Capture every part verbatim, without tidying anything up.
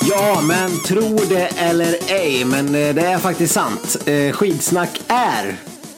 Ja, men tro det eller ej, men det är faktiskt sant. Skidsnack är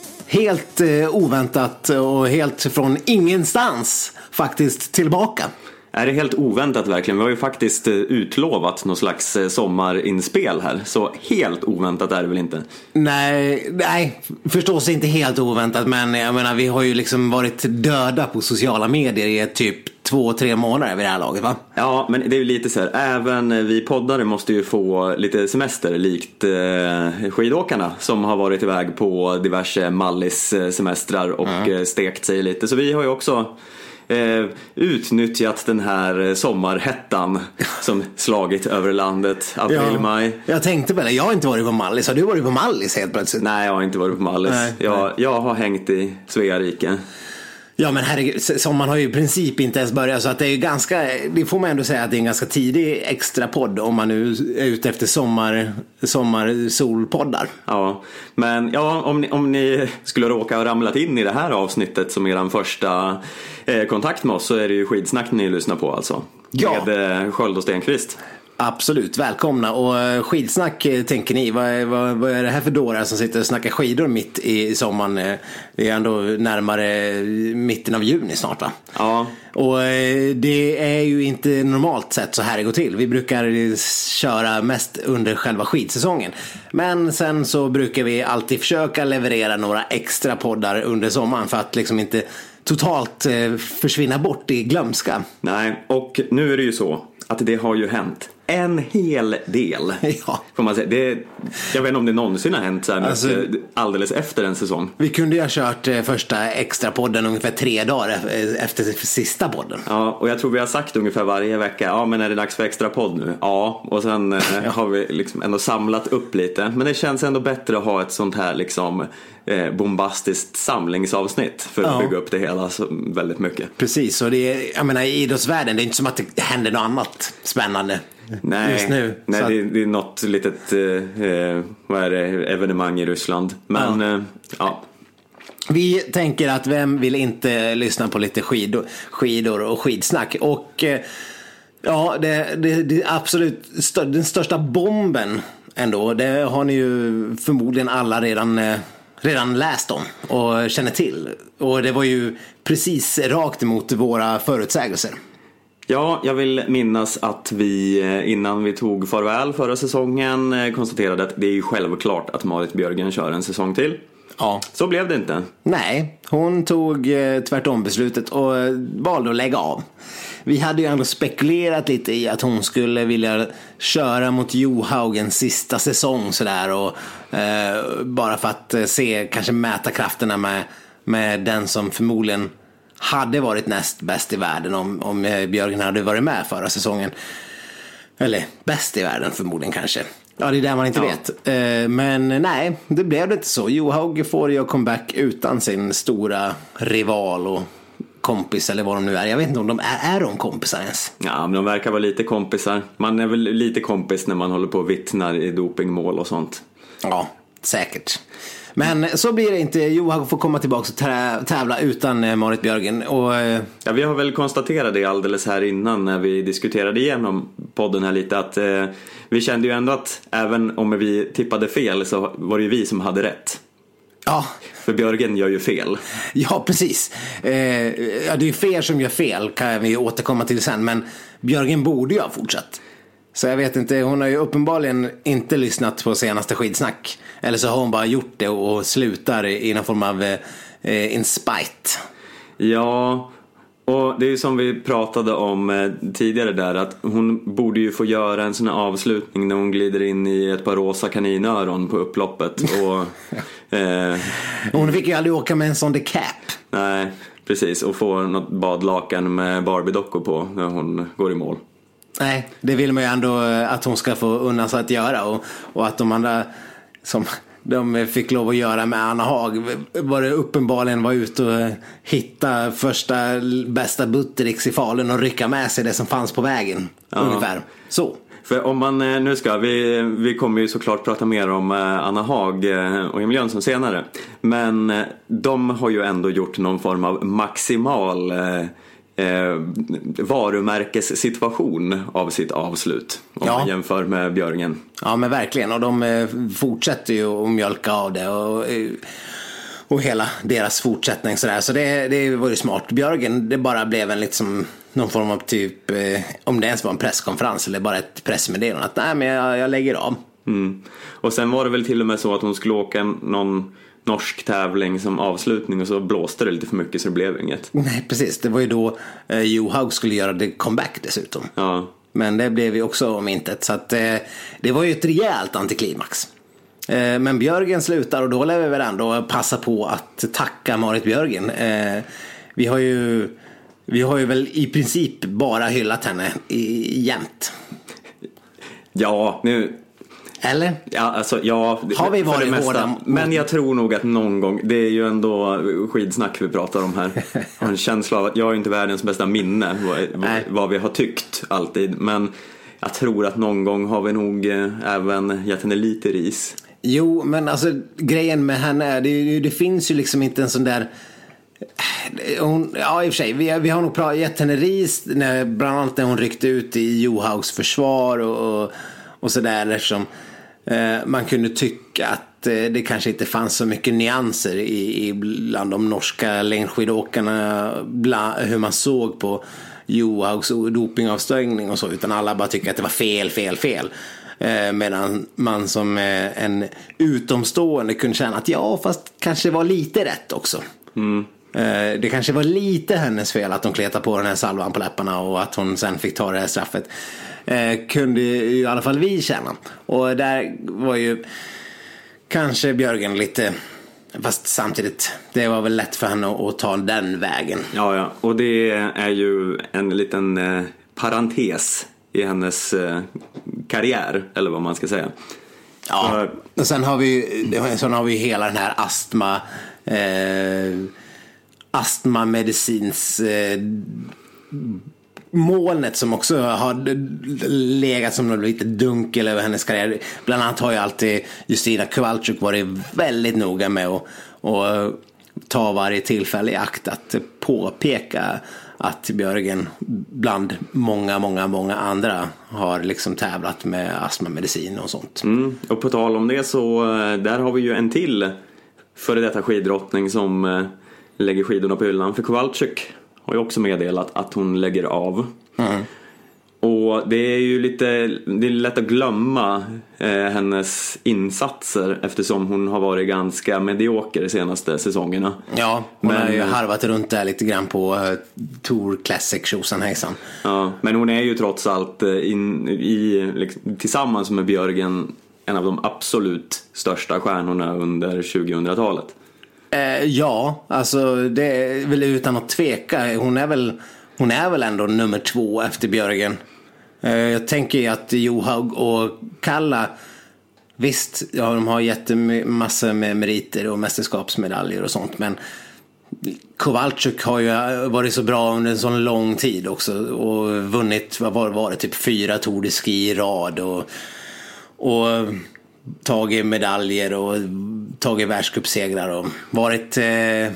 helt oväntat och helt från ingenstans faktiskt tillbaka. Är det helt oväntat verkligen? Vi har ju faktiskt utlovat någon slags sommarinspel här. Så helt oväntat är det väl inte? Nej, nej, förstås inte helt oväntat. Men jag menar, vi har ju liksom varit döda på sociala medier i typ två, tre månader vid det här laget, va? Ja, men det är ju lite så här. Även vi poddare måste ju få lite semester likt eh, skidåkarna som har varit iväg på diverse mallis semestrar och mm. stekt sig lite. Så vi har ju också Eh, utnyttjat den här sommarhettan som slagit över landet april, ja, maj. Jag tänkte väl, jag har inte varit på Mallis. Har du varit på Mallis helt plötsligt? Nej, jag har inte varit på Mallis. Nej, jag, nej. jag har hängt i Svea rike. Ja, men herregud, sommaren har ju i princip inte ens börjat, så att det är ju ganska, det får man ändå säga att det är en ganska tidig extra podd om man nu är ute efter sommar, sommarsolpoddar. Ja, men ja, om ni, om ni skulle råka ha ramlat in i det här avsnittet som er första eh, kontakt med oss, så är det ju Skidsnack ni lyssnar på alltså. Ja. Med eh, Sköld och Stenqvist. Absolut, välkomna. Och skidsnack, tänker ni, vad är, vad, vad är det här för dårar som sitter och snackar skidor mitt i sommaren? Det är ändå närmare mitten av juni snart, va? Ja. Och det är ju inte normalt sett så här det går till. Vi brukar köra mest under själva skidsäsongen. Men sen så brukar vi alltid försöka leverera några extra poddar under sommaren för att liksom inte totalt försvinna bort i glömska. Nej, och nu är det ju så att det har ju hänt en hel del. Ja. Får man säga. Det, jag vet inte om det någonsin har hänt så här alltså, alldeles efter en säsong. Vi kunde ju ha kört första extra podden ungefär tre dagar efter sista podden. Ja, och jag tror vi har sagt ungefär varje vecka, ja, men är det dags för extra podd nu? Ja, och sen ja. har vi liksom ändå samlat upp lite. Men det känns ändå bättre att ha ett sånt här liksom eh, bombastiskt samlingsavsnitt för att ja. bygga upp det hela så väldigt mycket. Precis, och det är, jag menar, i idrottsvärlden, det är inte som att det händer något annat spännande. Nej, just nu. nej att... det, det är något litet eh, vad är det, evenemang i Ryssland. Men ja. Eh, ja. Vi tänker att vem vill inte lyssna på lite skidor, skidor och skidsnack. Och eh, ja, det, det, det absolut stör, den största bomben ändå, det har ni ju förmodligen alla redan eh, redan läst om och känner till. Och det var ju precis rakt emot våra förutsägelser. Ja, jag vill minnas att vi innan vi tog farväl förra säsongen konstaterade att det är ju självklart att Marit Björgen kör en säsong till. Ja. Så blev det inte. Nej, hon tog eh, tvärtom beslutet och eh, valde att lägga av. Vi hade ju ändå spekulerat lite i att hon skulle vilja köra mot Johaugens sista säsong sådär, och eh, bara för att eh, se, kanske mäta krafterna med, med den som förmodligen hade varit näst bäst i världen om, om Björgen hade varit med förra säsongen. Eller bäst i världen förmodligen kanske. Ja, det är där man inte ja. vet. Men nej, det blev det inte så. Johaug får ju comeback utan sin stora rival och kompis, eller vad de nu är. Jag vet inte om de är, är de kompisar ens. Ja, men de verkar vara lite kompisar. Man är väl lite kompis när man håller på och vittnar i dopingmål och sånt. Ja, säkert. Men så blir det inte. Johaug får komma tillbaka och tävla utan Marit Björgen. Och ja, vi har väl konstaterat det alldeles här innan när vi diskuterade igenom podden här lite, att eh, vi kände ju ändå att även om vi tippade fel så var det ju vi som hade rätt. Ja. För Björgen gör ju fel. Ja, precis. Eh, ja, det är ju fler som gör fel, kan vi återkomma till sen. Men Björgen borde ju ha fortsatt. Så jag vet inte, hon har ju uppenbarligen inte lyssnat på senaste skidsnack. Eller så har hon bara gjort det och slutar i någon form av eh, in spite. Ja, och det är ju som vi pratade om eh, tidigare där, att hon borde ju få göra en sån här avslutning när hon glider in i ett par rosa kaninöron på upploppet. Och, eh, hon fick ju aldrig åka med en sån där cap. Nej, precis. Och få något badlakan med Barbie-dockor på när hon går i mål. Nej, det vill man ju ändå att hon ska få undan sig att göra. Och, och att de andra som de fick lov att göra med Anna Haag var det uppenbarligen var ute och hitta första bästa Buttericks i Falun och rycka med sig det som fanns på vägen. Ja. Ungefär så. För om man nu ska, vi, vi kommer ju såklart prata mer om Anna Haag och Emil Jönsson senare. Men de har ju ändå gjort någon form av maximal eh, varumärkessituation av sitt avslut. Om Ja. man jämför med Björgen. Ja, men verkligen. Och de eh, fortsätter ju att mjölka av det. Och, eh, och hela deras fortsättning sådär. Så det, det var ju smart. Björgen, det bara blev en liksom någon form av typ, eh, om det ens var en presskonferens eller bara ett pressmeddelande. Att nej, men jag, jag lägger av. Mm. Och sen var det väl till och med så att hon skulle åka någon norsk tävling som avslutning och så blåste det lite för mycket så det blev inget. Nej, precis. Det var ju då eh, Johaug skulle göra det comeback dessutom. Ja. Men det blev ju också om intet. Så att eh, det var ju ett rejält antiklimax. Eh, men Björgen slutar och då lär vi väl ändå passa på att tacka Marit Björgen. Eh, vi har ju vi har ju väl i princip bara hyllat henne i, jämt. Ja, nu... Eller? Ja, alltså, ja, Har vi för varit det mesta. hårda? Men jag tror nog att någon gång, det är ju ändå skidsnack vi pratar om här. Jag har en känsla av att jag är inte världens bästa minne vad, vad vi har tyckt alltid. Men jag tror att någon gång har vi nog eh, även gett henne lite ris. Jo, men alltså grejen med henne är det, det finns ju liksom inte en sån där hon, ja i och för sig vi, vi har nog pra- gett henne ris när, bland annat när hon ryckte ut i Johaugs försvar och, och, och sådär eftersom eh, man kunde tycka att eh, det kanske inte fanns så mycket nyanser i, i bland de norska längdskidåkarna bland, hur man såg på Johaugs dopingavstängning och så, utan alla bara tycker att det var fel, fel, fel. Eh, medan man som eh, en utomstående kunde känna att ja, fast kanske var lite rätt också. Mm. Eh, det kanske var lite hennes fel att hon kletade på den här salvan på läpparna och att hon sen fick ta det här straffet. Eh, kunde ju i alla fall vi känna. Och där var ju kanske Björgen lite, fast samtidigt det var väl lätt för henne att, att ta den vägen. Ja, ja, och det är ju en liten eh, parentes i hennes eh, karriär, eller vad man ska säga. Ja, och sen har vi sen har vi hela den här astma eh, astmamedicins eh, molnet som också har legat som något lite dunkel över hennes karriär. Bland annat har ju alltid Justina Kowalczyk varit väldigt noga med att och ta varje tillfälle i akt att påpeka att Björgen bland många, många, många andra har liksom tävlat med astmamedicin och sånt. Mm, och på tal om det så där har vi ju en till före detta skiddrottning som eh, lägger skidorna på hyllan. För Kowalczyk har ju också meddelat att hon lägger av. Mm. Och det är ju lite, det är lätt att glömma eh, hennes insatser eftersom hon har varit ganska medioker de senaste säsongerna. Ja, hon men, har ju harvat runt där lite grann på uh, Tour Classic tjosan hejsan. Ja, men hon är ju trots allt in, i, liksom, tillsammans med Björgen en av de absolut största stjärnorna under tjugohundratalet. Eh, ja, alltså det är väl utan att tveka. Hon är väl, hon är väl ändå nummer två efter Björgen. Eh, jag tänker att Johaug och Kalla, visst, ja, de har jättemassor med meriter och mästerskapsmedaljer och sånt, men Kowalczyk har ju varit så bra under en sån lång tid också och vunnit, vad var det, var det typ fyra Tour de Ski i rad och, och tagit medaljer och tagit världscupsegrar och varit eh,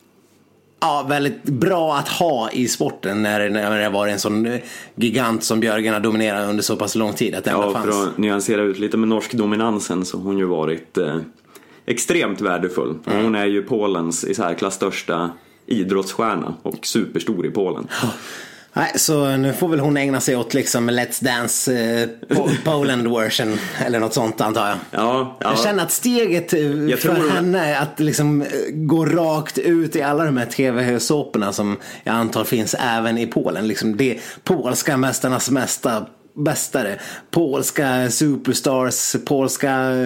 ja, väldigt bra att ha i sporten när, när det var en sån gigant som Björgen har dominerat under så pass lång tid att det ja, fanns. För att nyansera ut lite med norsk dominansen så har hon ju varit eh, extremt värdefull. Mm. Hon är ju Polens i särklass största idrottsstjärna och superstor i Polen. Nej, så nu får väl hon ägna sig åt liksom Let's Dance eh, Poland version eller något sånt antar jag. Ja, ja. Jag känner att steget jag för tror... henne är att liksom gå rakt ut i alla de här tv-såporna som jag antar finns även i Polen. Liksom det polska mästarnas mesta bästare, polska superstars, polska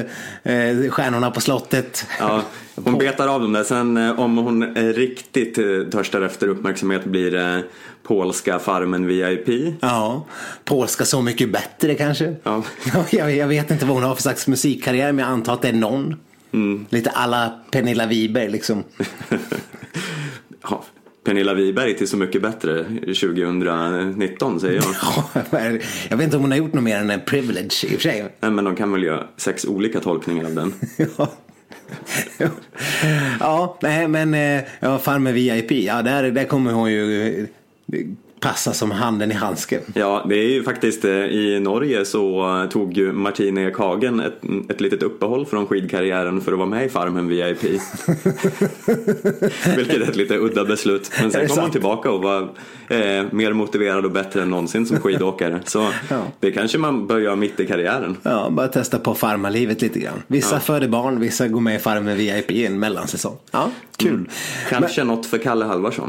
eh, stjärnorna på slottet. Ja, hon betar av dem där. Sen eh, om hon är riktigt eh, törstar efter uppmärksamhet blir det eh, polska Farmen V I P. Ja, polska Så mycket bättre kanske. Ja. jag, jag vet inte vad hon har för slags musikkarriär, men jag antar att det är någon. Mm. Lite alla Pernilla Wiberg liksom. Ja, Pernilla Wiberg till Så mycket bättre tjugonitton säger jag. Jag vet inte om hon har gjort något mer än en privilege i och för sig. Nej, men de kan väl göra sex olika tolkningar av den. Ja. Ja, nej, men ja, Farmen V I P, ja, där, där kommer hon ju det passar som handen i handsken. Ja, det är ju faktiskt i Norge så tog ju Martine Kagen ett, ett litet uppehåll från skidkarriären för att vara med i Farmen V I P. Vilket är ett lite udda beslut. Men sen kom hon tillbaka och var eh, mer motiverad och bättre än någonsin som skidåkare. Så ja. Det kanske man bör göra mitt i karriären. Ja, bara testa på farmarlivet lite grann. Vissa ja. föder barn, vissa går med i Farmen V I P i en mellansäsong. Ja, kul. Mm. Kanske Men... något för Kalle Halvarsson.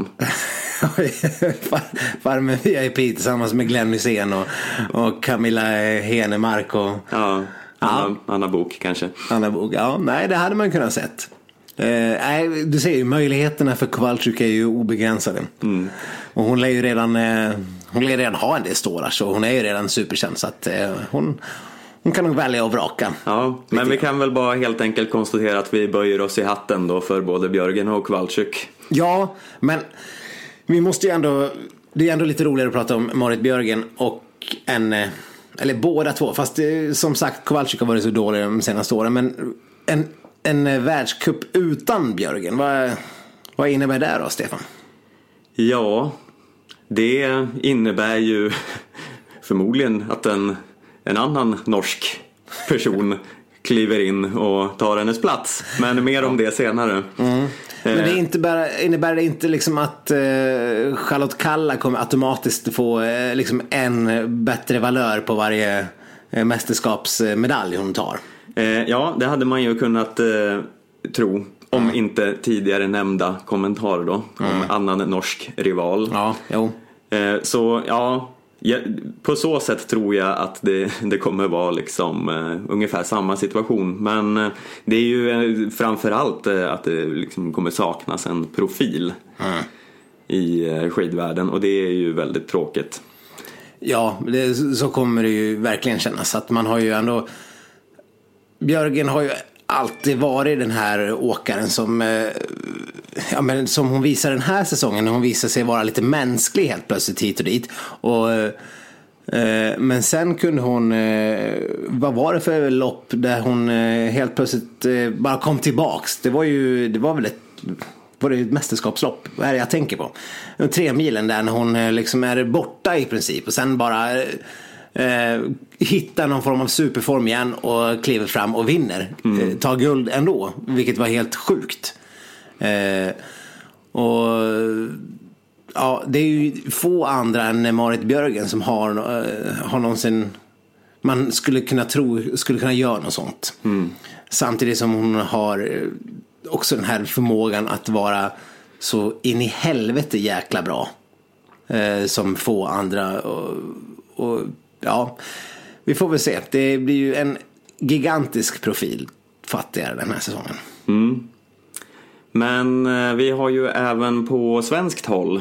Farmen V I P tillsammans med Glenn Hysén och, och Camilla Henemark och ja, Anna, ja. Anna Bok kanske. Anna Bok, ja, nej det hade man kunnat sett. Eh, nej, du ser ju, möjligheterna för Kowalczyk är ju obegränsade. Mm. Och hon lär ju redan eh, hon lär redan ha en del stålar, så hon är ju redan superkänd, så att eh, hon hon kan nog välja och vraka. Ja, men vi kan väl bara helt enkelt konstatera att vi böjer oss i hatten då för både Björgen och Kowalczyk. Ja, men vi måste ju ändå, det är ändå lite roligare att prata om Marit Björgen och en, eller båda två, fast det, som sagt Kowalczyk har varit så dålig de senaste åren, men en, en världscup utan Björgen, vad, vad innebär det då, Stefan? Ja, det innebär ju förmodligen att en, en annan norsk person kliver in och tar hennes plats, men mer om det senare. Mm. Men det inte bara, innebär det inte liksom att eh, Charlotte Kalla kommer automatiskt få eh, liksom en bättre valör på varje eh, mästerskapsmedalj hon tar? Eh, ja, det hade man ju kunnat eh, tro om mm. inte tidigare nämnda kommentarer då mm. om annan norsk rival. Ja, jo. Eh, så ja, ja, på så sätt tror jag att det, det kommer vara liksom uh, ungefär samma situation, men uh, det är ju uh, framförallt uh, att det liksom kommer saknas en profil mm. i uh, skidvärlden, och det är ju väldigt tråkigt. Ja, det, så kommer det ju verkligen kännas, att man har ju ändå, Björgen har ju alltid varit den här åkaren som uh, ja, men som hon visar den här säsongen, när hon visar sig vara lite mänsklig helt plötsligt hit och dit. Och, eh, men sen kunde hon, eh, vad var det för lopp där hon eh, helt plötsligt eh, bara kom tillbaks? Det var ju, det var väl ett, var det ett mästerskapslopp? Vad är det jag tänker på? Tre milen där när hon eh, liksom är borta i princip och sen bara eh, hittar någon form av superform igen och kliver fram och vinner. Mm. Eh, tar guld ändå, vilket var helt sjukt. Eh, och ja, det är ju få andra än Marit Björgen som har, eh, har någonsin, man skulle kunna tro skulle kunna göra något sånt. Mm. Samtidigt som hon har också den här förmågan att vara så in i helvete jäkla bra eh, som få andra, och, och ja, vi får väl se. Det blir ju en gigantisk profil fattigare den här säsongen. Mm. Men vi har ju även på svenskt håll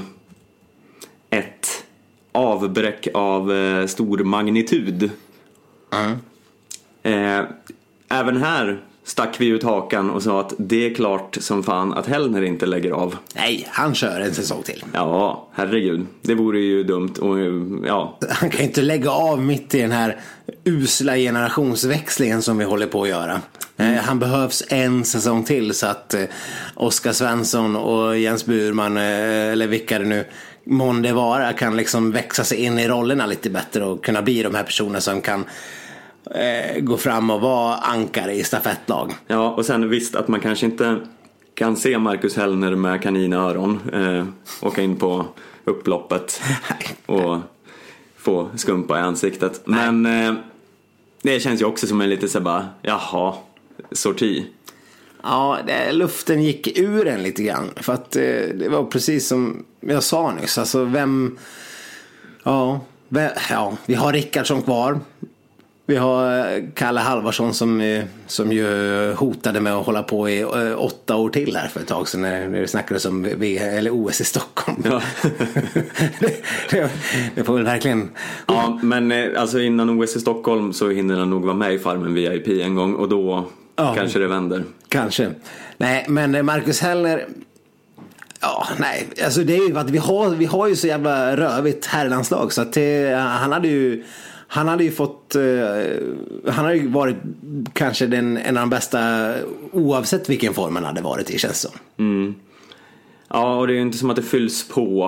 ett avbräck av eh, stor magnitud. Mm. Eh, även här stack vi ut hakan och sa att det är klart som fan att Hellner inte lägger av. Nej, han kör en säsong till. Ja, herregud. Det vore ju dumt. Och, ja. Han kan inte lägga av mitt i den här usla generationsväxlingen som vi håller på att göra. Mm. Han behövs en säsong till så att eh, Oskar Svensson och Jens Burman, eh, eller vilka det nu månde vara, kan liksom växa sig in i rollerna lite bättre och kunna bli de här personerna som kan eh, gå fram och vara ankare i stafettlag. Ja, och sen visst att man kanske inte kan se Marcus Hellner med kaninöron eh, åka in på upploppet och få skumpa i ansiktet. Men eh, det känns ju också som en lite så bara, jaha, sorti. Ja, det, luften gick ur en lite grann. För att eh, det var precis som jag sa nyss. Alltså vem... Ja, vem, ja vi har Rickardsson kvar. Vi har Kalle Halvarsson som, som ju hotade med att hålla på i äh, åtta år till här för ett tag sedan när, när det snackades om v- eller O S i Stockholm. Ja. det, det, det får väl verkligen... Ja, men alltså innan O S i Stockholm så hinner han nog vara med i Farmen V I P en gång och då ja, kanske det vänder. Kanske. Nej, men Marcus Hellner... Ja, nej. Alltså det är ju att vi har, vi har ju så jävla rövigt herrlandslag så att det, han hade ju... Han hade ju fått uh, han hade ju varit kanske den, en av de bästa oavsett vilken form han hade varit i, känns som. Mm. Ja, och det är ju inte som att det fylls på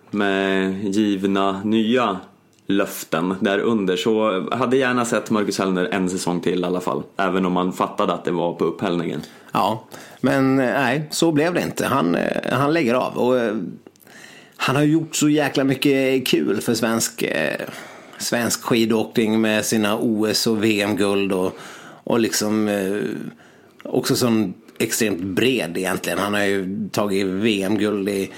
med givna nya löften där under, så hade gärna sett Marcus Hellner en säsong till i alla fall, även om man fattade att det var på upphällningen. Ja, men nej, så blev det inte. Han, han lägger av, och han har gjort så jäkla mycket kul för svensk, svensk skidåkning med sina O S och V M-guld och, och liksom också sån extremt bred egentligen. Han har ju tagit V M-guld i,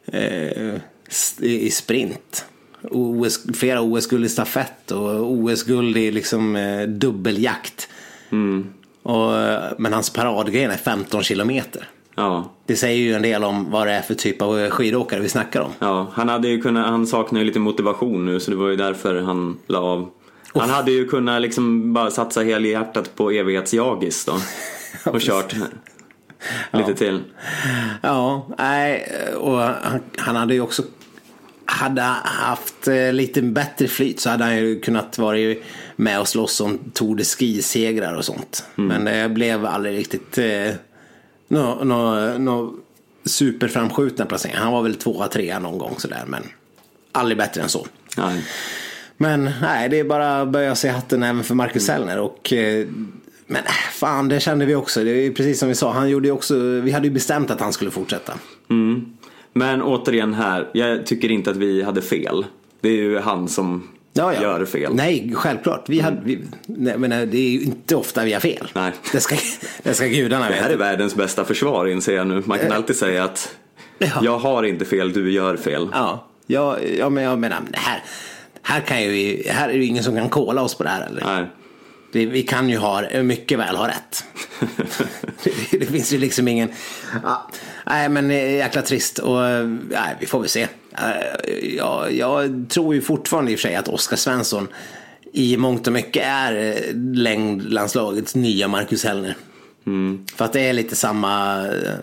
i sprint, O S, flera O S-guld i stafett och O S-guld i liksom eh, dubbeljakt. Mm. Och, men hans paradgren är femton kilometer. Ja. Det säger ju en del om vad det är för typ av skidåkare vi snackar om. Ja, han hade ju kunnat, han saknar ju lite motivation nu, så det var ju därför han la av. Han Uff. hade ju kunnat liksom bara satsa hela hjärtat på evighetsjagis då och kört lite ja. till. Ja, nej, och han, han hade ju också hade haft lite bättre flyt, så hade han ju kunnat vara med och slåss om Tour de Ski-segrar och sånt. Mm. Men det blev aldrig riktigt eh, no, no, no superframskjutna placeringar. Han var väl tvåa, trea någon gång sådär, men aldrig bättre än så. Nej. Men nej, det är bara att börja se hatten även för Marcus mm. Hellner. Och eh, men fan, det kände vi också. Det är precis som vi sa, han gjorde ju också, vi hade ju bestämt att han skulle fortsätta. Mm. Men återigen här, jag tycker inte att vi hade fel. Det är ju han som ja, ja. gör fel. Nej, självklart. Vi hade, vi, nej, men det är ju inte ofta vi har fel. Nej. Det ska, det ska gudarna veta. Det här är världens bästa försvar, inser jag nu. Man kan alltid säga att ja. jag har inte fel, du gör fel. Ja, ja, ja men jag menar, det här, här, kan ju, här är det ju ingen som kan kolla oss på det här. Eller? Nej. Det, vi kan ju ha, mycket väl ha rätt. det, det finns ju liksom ingen ja, nej men jäkla trist. Och nej, vi får väl se. jag, jag tror ju fortfarande i och för sig att Oskar Svensson i mångt och mycket är längdlandslagets nya Marcus Hellner. Mm. För att det är lite samma,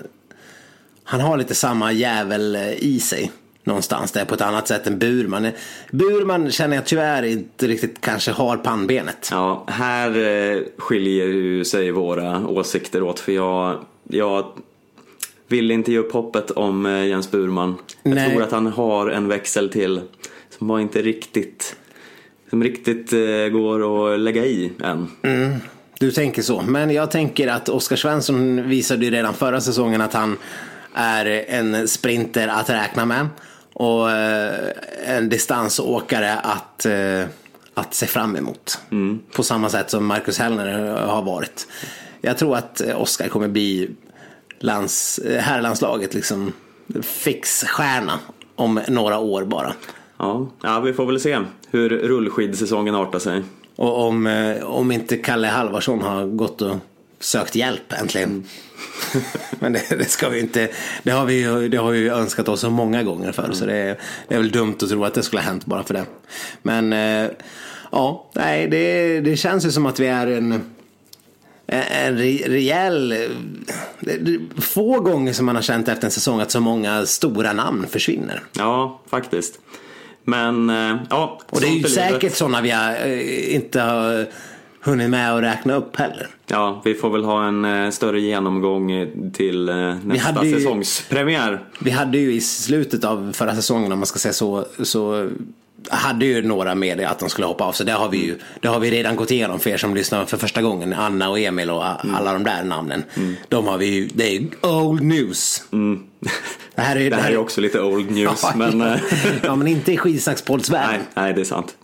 han har lite samma jävel i sig någonstans där på ett annat sätt än Burman. Burman känner jag tyvärr inte riktigt kanske har pannbenet. Ja, här eh, skiljer ju sig våra åsikter åt, för jag, jag vill inte ge upp hoppet om eh, Jens Burman. Jag Nej. tror att han har en växel till som var inte riktigt som riktigt eh, går att lägga i än. Mm. Du tänker så, men jag tänker att Oskar Svensson visade ju redan förra säsongen att han är en sprinter att räkna med och en distansåkare att, att se fram emot. Mm. På samma sätt som Marcus Hellner har varit. Jag tror att Oskar kommer bli lands, herrlandslaget liksom fixstjärna om några år bara. Ja, ja, vi får väl se hur rullskidsäsongen artar sig. Och om, om inte Kalle Halvarsson har gått och sökt hjälp äntligen. Mm. Men det, det ska vi inte. Det har vi ju, det har vi ju önskat oss så många gånger för. Mm. Så det är, det är väl dumt att tro att det skulle ha hänt bara för det. Men eh, ja, nej, det, det känns ju som att vi är en en rejäl det, få gånger som man har känt efter en säsong att så många stora namn försvinner. Ja, faktiskt. Men ja, och det är ju säkert sådana vi har, inte har hunnit med att räkna upp heller. Ja, vi får väl ha en större genomgång till nästa ju, säsongspremiär. Vi hade ju i slutet av förra säsongen, om man ska säga så, så hade ju några med det att de skulle hoppa av. Så det har vi ju det har vi redan gått igenom för er som lyssnar för första gången. Anna och Emil och mm. alla de där namnen. Mm. De har vi ju, det är ju old news. Mm. Det här är, det här är också lite old news. Ja, men, ja. ja, men inte i Skidsnackspoddsvärlden. Nej, nej, det är sant.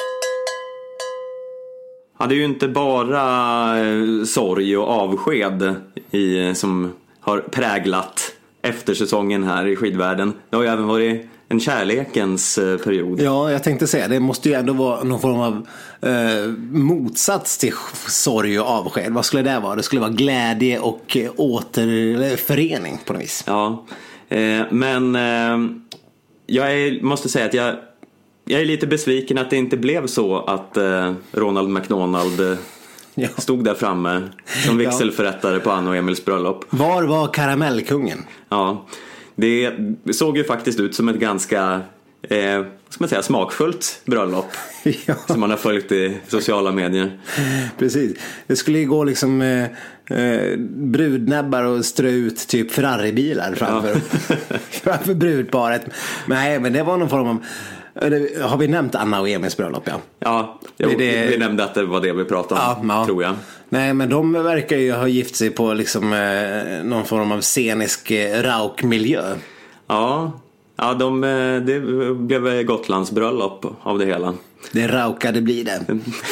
Ja, det är ju inte bara sorg och avsked i, som har präglat eftersäsongen här i skidvärlden. Det har ju även varit en kärlekens period. Ja, jag tänkte säga, det måste ju ändå vara någon form av eh, motsats till sorg och avsked. Vad skulle det vara? Det skulle vara glädje och återförening på något vis. Ja, eh, men eh, jag är, måste säga att jag Jag är lite besviken att det inte blev så att eh, Ronald McDonald eh, ja. stod där framme som vigselförrättare på Anna och Emils bröllop. Var var karamellkungen? Ja, det såg ju faktiskt ut som ett ganska eh, ska man säga, smakfullt bröllop. Ja. Som man har följt i sociala medier. Precis. Det skulle ju gå liksom eh, eh, brudnäbbar och strö ut typ Ferrari-bilar framför, ja. framför brudparet. Nej, men det var någon form av... Har vi nämnt Anna och Emils bröllop? Ja, ja jo, det, det... vi nämnde att det var det vi pratade om, ja, ja. tror jag. Nej, men de verkar ju ha gift sig på liksom, eh, någon form av scenisk eh, raukmiljö. Ja, ja de, det blev Gotlands bröllop av det hela. Det raukade blir det.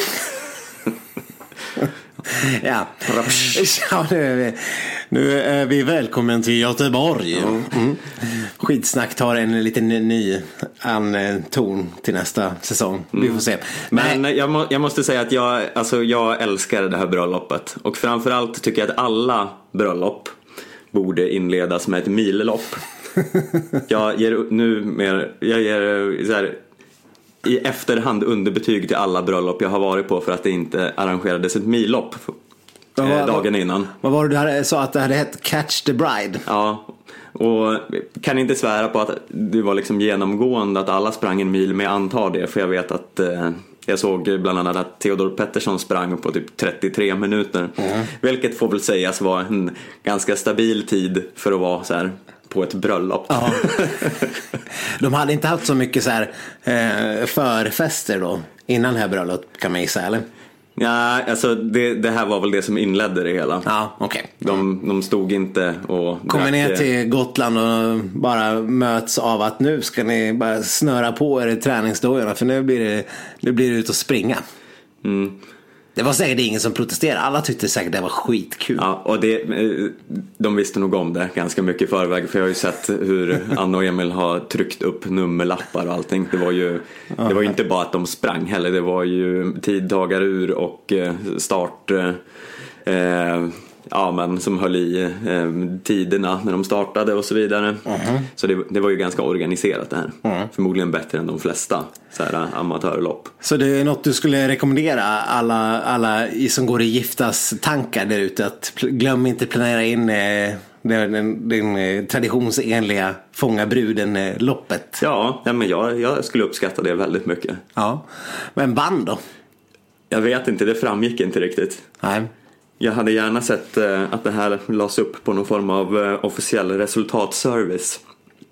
Ja, ja nu, är vi, nu är vi välkommen till Göteborg. Mm. Skitsnack tar en liten ny ton till nästa säsong. Vi får se. Men Nej. jag, må, jag måste säga att jag, alltså, jag älskar det här bröllopet. Och framförallt tycker jag att alla bröllop borde inledas med ett millopp. Jag ger nu mer, jag ger så här, i efterhand underbetyg till alla bröllop jag har varit på för att det inte arrangerades ett millopp eh, var, dagen innan. Vad var det du hade, sa att det hade hett Catch the Bride? Ja, och kan inte svära på att det var liksom genomgående att alla sprang en mil, men jag antar det, för jag vet att eh, jag såg bland annat att Theodor Pettersson sprang på typ trettiotre minuter. Mm. Vilket får väl sägas vara en ganska stabil tid för att vara så här på ett bröllop. Ja. De hade inte haft så mycket så här eh, förfester då innan det här bröllopet, kan man gissa, eller? Ja, alltså det, det här var väl det som inledde det hela. Ja, okej. Okay. De, de stod inte och kommer ner till Gotland och bara möts av att nu ska ni bara snöra på er i träningsdojorna, för nu blir det, nu blir det ut och springa. Mm. Det var säkert ingen som protesterade. Alla tyckte säkert det var skitkul. Ja, och det, de visste nog om det ganska mycket i förväg. För jag har ju sett hur Anna och Emil har tryckt upp nummerlappar och allting. Det var ju, det var ju inte bara att de sprang heller. Det var ju tid, dagar ur och start... Eh, ja, men som höll i eh, tiderna när de startade och så vidare. Mm-hmm. Så det, det var ju ganska organiserat det här. Mm. Förmodligen bättre än de flesta så här amatörlopp. Så det är något du skulle rekommendera alla, alla som går i giftas tankar där ute, att glöm inte planera in eh, den, den, den traditionsenliga fånga bruden loppet. Ja, ja men jag, jag skulle uppskatta det väldigt mycket. Ja, men band då? Jag vet inte, det framgick inte riktigt. Nej. Jag hade gärna sett eh, att det här lades upp på någon form av eh, officiell resultatservice.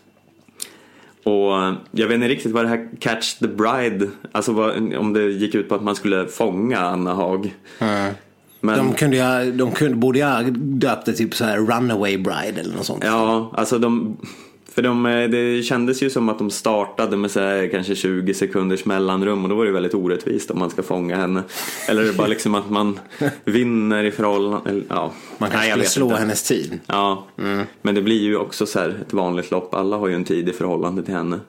Och jag vet inte riktigt vad det här Catch the Bride, alltså vad, om det gick ut på att man skulle fånga Anna Haag. Mm. Men, de kunde jag, de kunde, borde jag döpte typ så här Runaway Bride eller något sånt. Ja, alltså de... För de, det kändes ju som att de startade med så här, kanske tjugo sekunders mellanrum, och då var det väldigt orättvist om man ska fånga henne. Eller är det bara liksom att man vinner i förhållande, ja. Man kanske skulle slå inte. hennes tid. Ja, mm. Men det blir ju också så här ett vanligt lopp. Alla har ju en tid i förhållande till henne.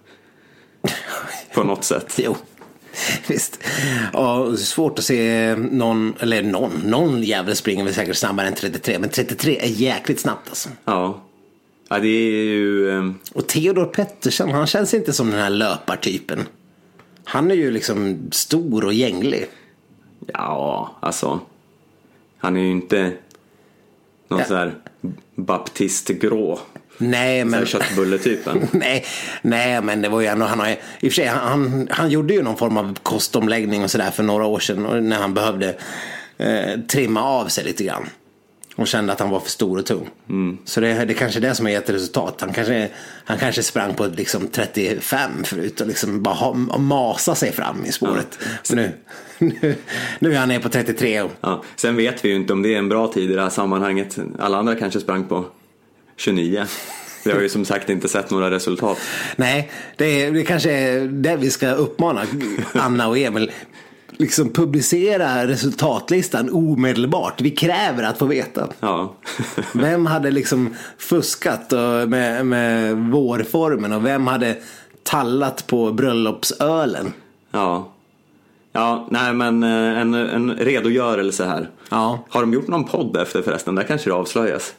På något sätt. Jo, visst. Ja, svårt att se någon, eller någon, någon jävel springer väl säkert snabbare än trettiotre. Men trettiotre är jäkligt snabbt alltså. Ja. Ja, det är ju... Och Theodor Pettersson, han känns inte som den här löpartypen. Han är ju liksom stor och gänglig. Ja, alltså. Han är ju inte någon ja. så här baptistgrå. Nej, men... köttbulletypen. nej, nej, men det var ju ändå... Han, har, i och för sig, han, han gjorde ju någon form av kostomläggning och sådär för några år sedan, när han behövde eh, trimma av sig lite grann. Och kände att han var för stor och tung. Mm. Så det, det kanske är det som är ett resultat. Han kanske, han kanske sprang på liksom trettiofem förut och liksom bara ha, masa sig fram i spåret. Ja. Nu, nu, nu är han ner på trettiotre. Och... Ja. Sen vet vi ju inte om det är en bra tid i det här sammanhanget. Alla andra kanske sprang på tjugonio. Vi har ju som sagt inte sett några resultat. Nej, det, är, det kanske är det vi ska uppmana Anna och Emil. Liksom publicera resultatlistan omedelbart. Vi kräver att få veta. Ja. Vem hade liksom fuskat med, med vårformen, och vem hade tallat på bröllopsölen? Ja. Ja, nej men en, en redogörelse här. Ja. Har de gjort någon podd efter förresten? Där kanske det avslöjas.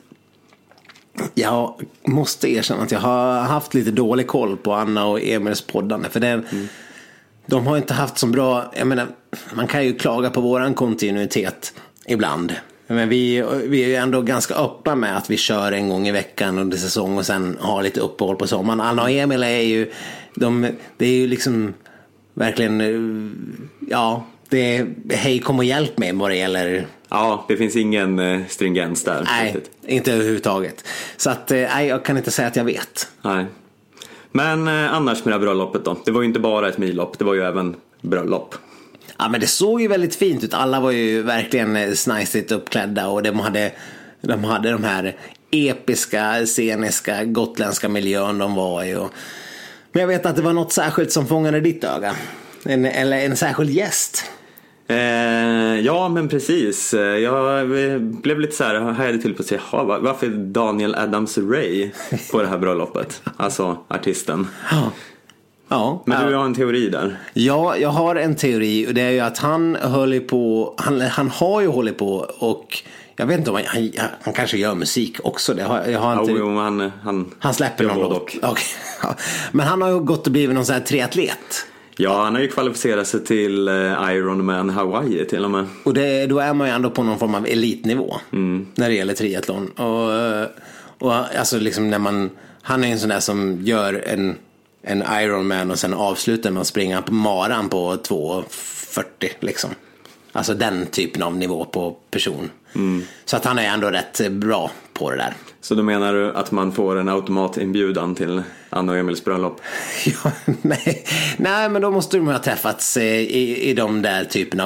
Jag måste erkänna att jag har haft lite dålig koll på Anna och Emils poddande. För det är... Mm. De har inte haft så bra, jag menar, man kan ju klaga på våran kontinuitet ibland. Men vi, vi är ju ändå ganska öppna med att vi kör en gång i veckan under säsong och sen har lite uppehåll på sommaren. Anna och Emil är ju de, det är ju liksom verkligen, ja, det är hej kom och hjälp mig vad det gäller. Ja, det finns ingen stringens där. Nej, riktigt. Inte överhuvudtaget. Så att, nej, jag kan inte säga att jag vet. Nej. Men eh, annars med det här bröllopet då. Det var ju inte bara ett millopp, det var ju även bröllop. Ja, men det såg ju väldigt fint ut. Alla var ju verkligen snajsigt uppklädda och de hade, de hade de här episka, sceniska, gotländska miljön de var i. Och... Men jag vet att det var något särskilt som fångade ditt öga. En, eller en särskild gäst. Eh, ja, men precis. Jag blev lite så här, hajade till på att säga, varför är Daniel Adams-Ray på det här bröllopet? Alltså artisten. Ja. Ja, men du ja. har en teori där. Ja, jag har en teori och det är ju att han höll på, han, han har ju hållit på och jag vet inte om han, han, han kanske gör musik också. Det har, jag har inte, jo, han, han, han släpper någon låt. Okay. Ja. Men han har ju gått och blivit någon sån här triatlet. Ja, han har ju kvalificerat sig till Ironman Hawaii till och med. Och det, då är man ju ändå på någon form av elitnivå mm. när det gäller triathlon. Och, och alltså liksom när man, han är en sån där som gör en en Ironman och sen avslutar med att springa på maran på två fyrtio liksom. Alltså den typen av nivå på person. Mm. Så att han är ändå rätt bra på det där. Så då menar du att man får en automatinbjudan till Anna och Emils bröllop? Ja, nej. nej, men då måste de ha träffats i, i de där typen av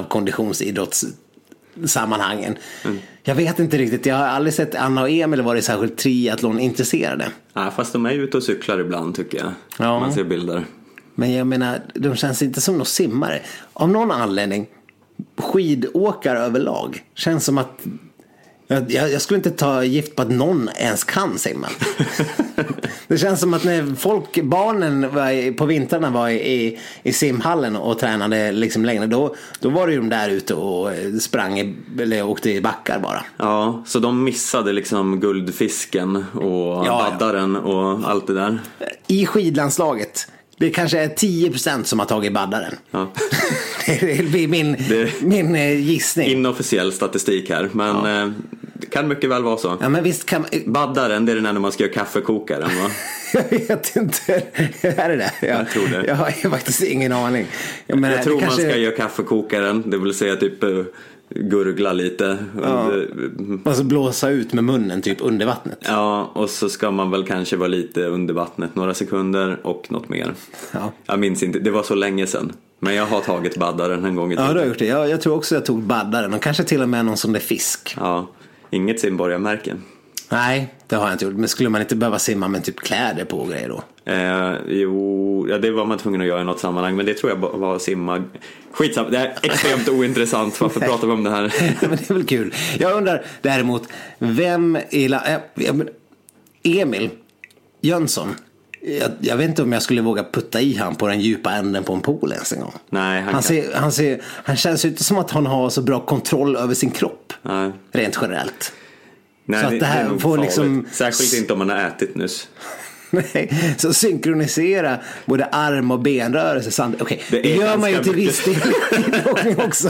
konditionsidrottssammanhangen. Mm. Jag vet inte riktigt, jag har aldrig sett Anna och Emil varit särskilt triathlon-intresserade. Ja, fast de är ju ute och cyklar ibland tycker jag. Ja. Man ser bilder. Men jag menar, de känns inte som någon simmare. Av någon anledning, skidåkare överlag känns som att jag, jag skulle inte ta gift på att någon ens kan simma. Det känns som att när folk, barnen var i, på vintrarna var i, i, i simhallen och tränade liksom längre, då, då var det ju de där ute och sprang i, eller åkte i backar bara. Ja, så de missade liksom guldfisken och ja, baddaren ja. och allt det där. I skidlandslaget det kanske är tio procent som har tagit baddaren. Ja. Det blir min, det min gissning. Inofficiell statistik här. Men ja. det kan mycket väl vara så. Ja, men visst kan... Baddaren, det är den när man ska göra kaffekokaren, va? Jag vet inte. Är det det? Jag, jag tror det. Jag har faktiskt ingen aning. Jag, menar, jag tror kanske... man ska göra kaffekokaren. Det vill säga typ gurgla lite. Ja. Och så blåsa ut med munnen typ under vattnet. Ja, och så ska man väl kanske vara lite under vattnet några sekunder och något mer. Ja. Jag minns inte, det var så länge sedan. Men jag har tagit baddaren en gång i tiden. Ja, du har gjort det. Jag, jag tror också jag tog baddaren och kanske till och med någon som det fisk. Ja, inget simborgarmärke. Nej, det har jag inte gjort. Men skulle man inte behöva simma med typ kläder på och grejer då? Eh, jo, ja, det var man tvungen att göra i något sammanhang. Men det tror jag var att simma. Skitsamma, det är extremt ointressant. Varför pratar vi om det här? Men det är väl kul. Jag undrar däremot, vem i la- äh, Emil Jönsson, jag, jag vet inte om jag skulle våga putta i han på den djupa änden på en pool ens en gång. Nej, han, han, ser, han, ser, han känns inte som att han har så bra kontroll över sin kropp. Nej. Rent generellt. Nej, så att det, det här får liksom... Särskilt inte om man har ätit nyss. Nej, så synkronisera både arm- och benrörelser samt, okej, okay, det, det gör man ju till viss del också.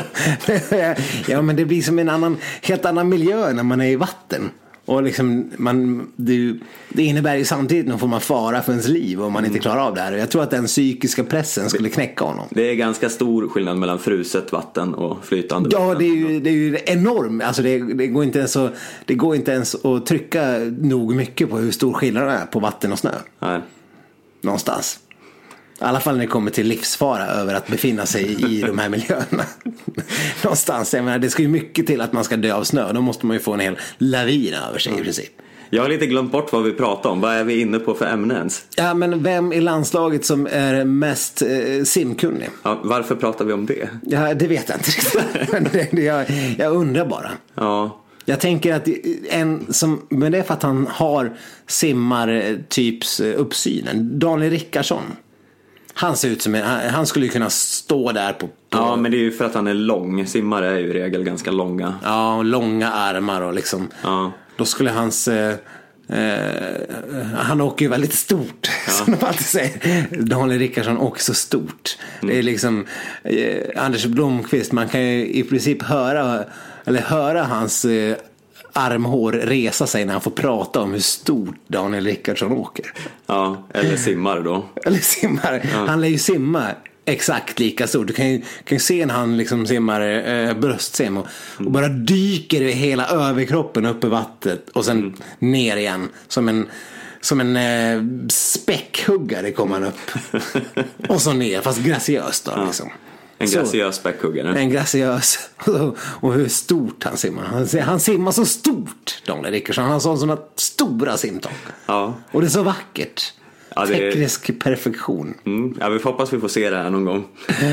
Ja, men det blir som en annan, helt annan miljö när man är i vatten. Och liksom man, det, det innebär ju samtidigt någon form av fara för ens liv om man inte klarar av det här. Jag tror att den psykiska pressen skulle knäcka honom. Det är ganska stor skillnad mellan fruset vatten och flytande ja, vatten. Det är ju, det är ju enorm. Alltså det, det, går inte ens att, det går inte ens att trycka nog mycket på hur stor skillnaden är på vatten och snö. Nej. Någonstans. I alla fall när det kommer till livsfara över att befinna sig i de här miljöerna. Någonstans, jag menar, det ska ju mycket till att man ska dö av snö. Då måste man ju få en hel lavin över sig, mm. i princip. Jag har lite glömt bort vad vi pratar om. Vad är vi inne på för ämne ens? Ja, men vem i landslaget som är mest eh, simkunnig? Ja, varför pratar vi om det? Ja, det vet jag inte riktigt. Men det, det, jag, jag undrar bara. Ja. Jag tänker att en som, men det är för att han har simmar typs uppsynen. Daniel Rickardsson. Han ser ut som en, han skulle ju kunna stå där på, på... Ja, men det är ju för att han är lång. Simmare är ju i regel ganska långa. Ja, och långa armar och liksom. Ja. Då skulle hans eh, eh, han åker ju väldigt stort, ja. Som de alltid säger. Daniel Rickardsson åker så stort. Mm. Det är liksom eh, Anders Blomqvist, man kan ju i princip höra eller höra hans eh, armhår resa sig när han får prata om hur stort Daniel Rickardsson åker. Ja, eller simmar då. Eller simmar. Ja. Han lär ju simma exakt lika stort. Du kan ju, kan ju se när han liksom simmar eh, bröstsim och, och bara dyker hela överkroppen upp i vattnet och sen mm. ner igen som en som en eh, späckhuggare kommer han upp och så ner, fast graciöst då ja. liksom. En graciös späckhuggare. En graciös. Och hur stort han simmar. Han, han simmar så stort, Daniel Rickardsson. Han har sådana stora simtag. Ja. Och det är så vackert. Ja, det... Teknisk perfektion. Mm. Ja, vi hoppas vi får se det här någon gång.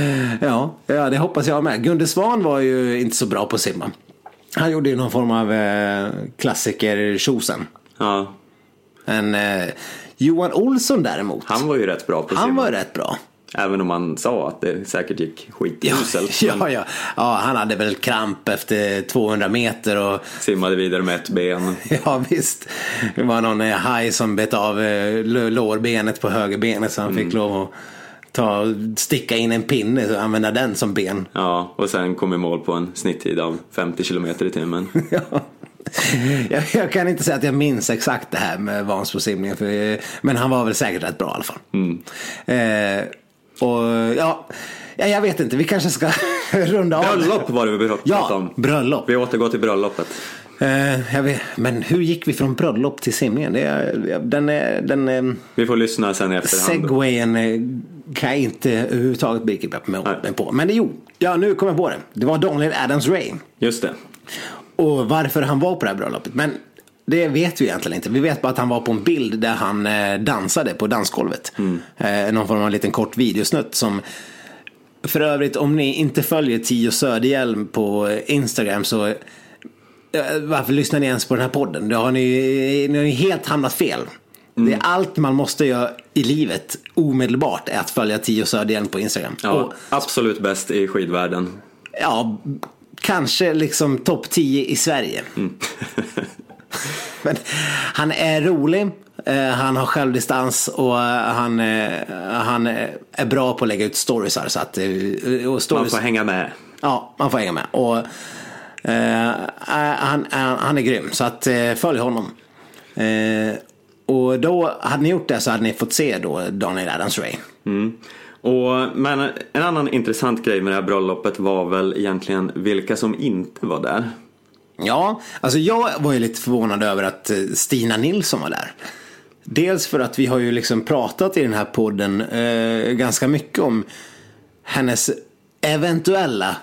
ja, ja, det hoppas jag med. Gunde Svan var ju inte så bra på att simma. Han gjorde ju någon form av eh, klassiker tjosen. Ja. En eh, Johan Olsson däremot. Han var ju rätt bra på att Han simma. var rätt bra. Även om man sa att det säkert gick skituselt. Ja, ja, ja. ja, han hade väl kramp efter tvåhundra meter och simmade vidare med ett ben. Ja, visst. Det var någon haj som bet av lårbenet på högerbenet så han mm. fick lov att ta, sticka in en pinne och använda den som ben. Ja, och sen kom i mål på en snitttid av femtio kilometer i timmen. Ja. Jag, jag kan inte säga att jag minns exakt det här med Vansbrosimningen, för, men han var väl säkert rätt bra i alla fall. Mm. Eh, och ja, jag vet inte, vi kanske ska runda av. Bröllop var det vi pratade ja, om. bröllop. Vi återgår till bröllopet. Eh, jag vet, men hur gick vi från bröllop till simningen? Det är, den är, den är, vi får lyssna sen i efterhand. Segwayen kan jag inte överhuvudtaget begripa mig på. Men det, jo, ja, nu kommer jag på det. Det var Daniel Adams-Ray. Just det. Och varför han var på det här bröllopet. Men det vet vi egentligen inte. Vi vet bara att han var på en bild där han eh, dansade på dansgolvet. Mm. Eh, någon form av en liten kort videosnutt som, för övrigt, om ni inte följer Tio Söderhjelm på Instagram så eh, varför lyssnar ni ens på den här podden? Då har ni, ni har helt hamnat fel. Mm. Det är allt man måste göra i livet omedelbart är att följa Tio Söderhjelm på Instagram. Ja, och, absolut bäst i skidvärlden. Ja, kanske liksom topp tio i Sverige. Mm. Men han är rolig, han har självdistans och han, han är bra på att lägga ut stories här, så att och stories, man får hänga med. Ja, man får hänga med. Och uh, han, han är grym, så att uh, följ honom. Uh, och då hade ni gjort det så hade ni fått se då Daniel Adams-Ray. Mm. Och, men en annan intressant grej med det här bröllopet var väl egentligen vilka som inte var där. Ja, alltså jag var ju lite förvånad över att Stina Nilsson var där. Dels för att vi har ju liksom pratat i den här podden eh, ganska mycket om hennes eventuella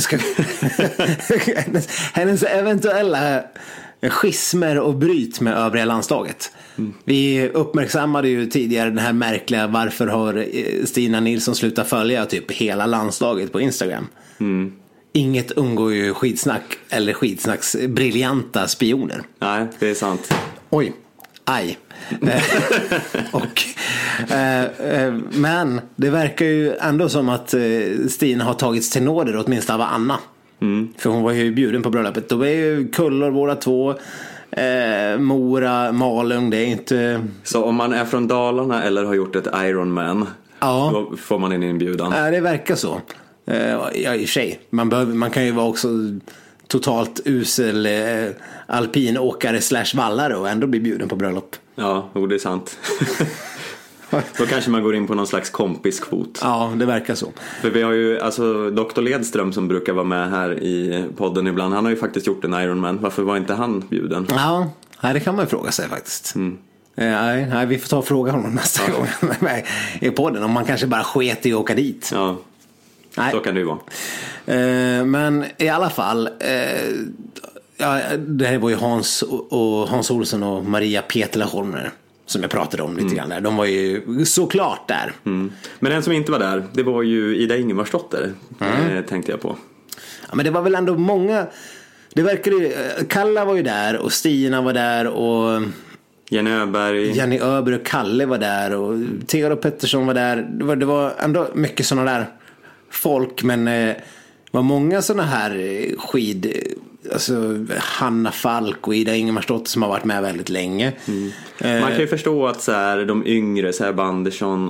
hennes, hennes eventuella schismer och bryt med övriga landslaget. Mm. Vi uppmärksammade ju tidigare den här märkliga varför har Stina Nilsson slutat följa typ hela landslaget på Instagram. Mm. Inget undgår ju skitsnack eller skitsnacks briljanta spioner. Nej, det är sant. Oj, aj. och, eh, eh, men det verkar ju ändå som att eh, Stina har tagits till nåder åtminstone av Anna. Mm. För hon var ju bjuden på bröllopet. Då är ju Kullor båda två, eh, Mora, Malung. Det är inte... Så om man är från Dalarna eller har gjort ett Ironman, ja, då får man en inbjudan. Ja, det verkar så. Ja, i och för sig. Man, behöver, man kan ju vara också totalt usel eh, alpinåkare slash vallare och ändå bli bjuden på bröllop. Ja, det är sant. Då kanske man går in på någon slags kompiskvot. Ja, det verkar så. För vi har ju, alltså doktor Ledström som brukar vara med här i podden ibland, han har ju faktiskt gjort en Ironman. Varför var inte han bjuden? Ja, det kan man ju fråga sig faktiskt. Mm. Nej, nej, vi får ta och fråga honom nästa ja. gång med i podden. Om man kanske bara sket i att åka dit. Ja, nej. Så kan det ju vara. Eh, men i alla fall, eh, ja, det här var ju Hans, och Hans Olsson och Maria Petela Holmer som jag pratade om lite mm. grann där. De var ju såklart där. Mm. Men en som inte var där, det var ju Ida Ingemarsdotter, mm. eh, tänkte jag på. Ja, men det var väl ändå många. Det verkade, Kalla var ju där och Stina var där och Jenny Öberg. Jenny Öberg och Kalle var där och Theodor Pettersson var där. Det var, det var ändå mycket sådana där folk, men eh, var många sådana här skid, alltså Hanna Falk och Ida Ingemarsdotter som har varit med väldigt länge. Mm. Eh, Man kan ju förstå att så här, de yngre, så här Andersson och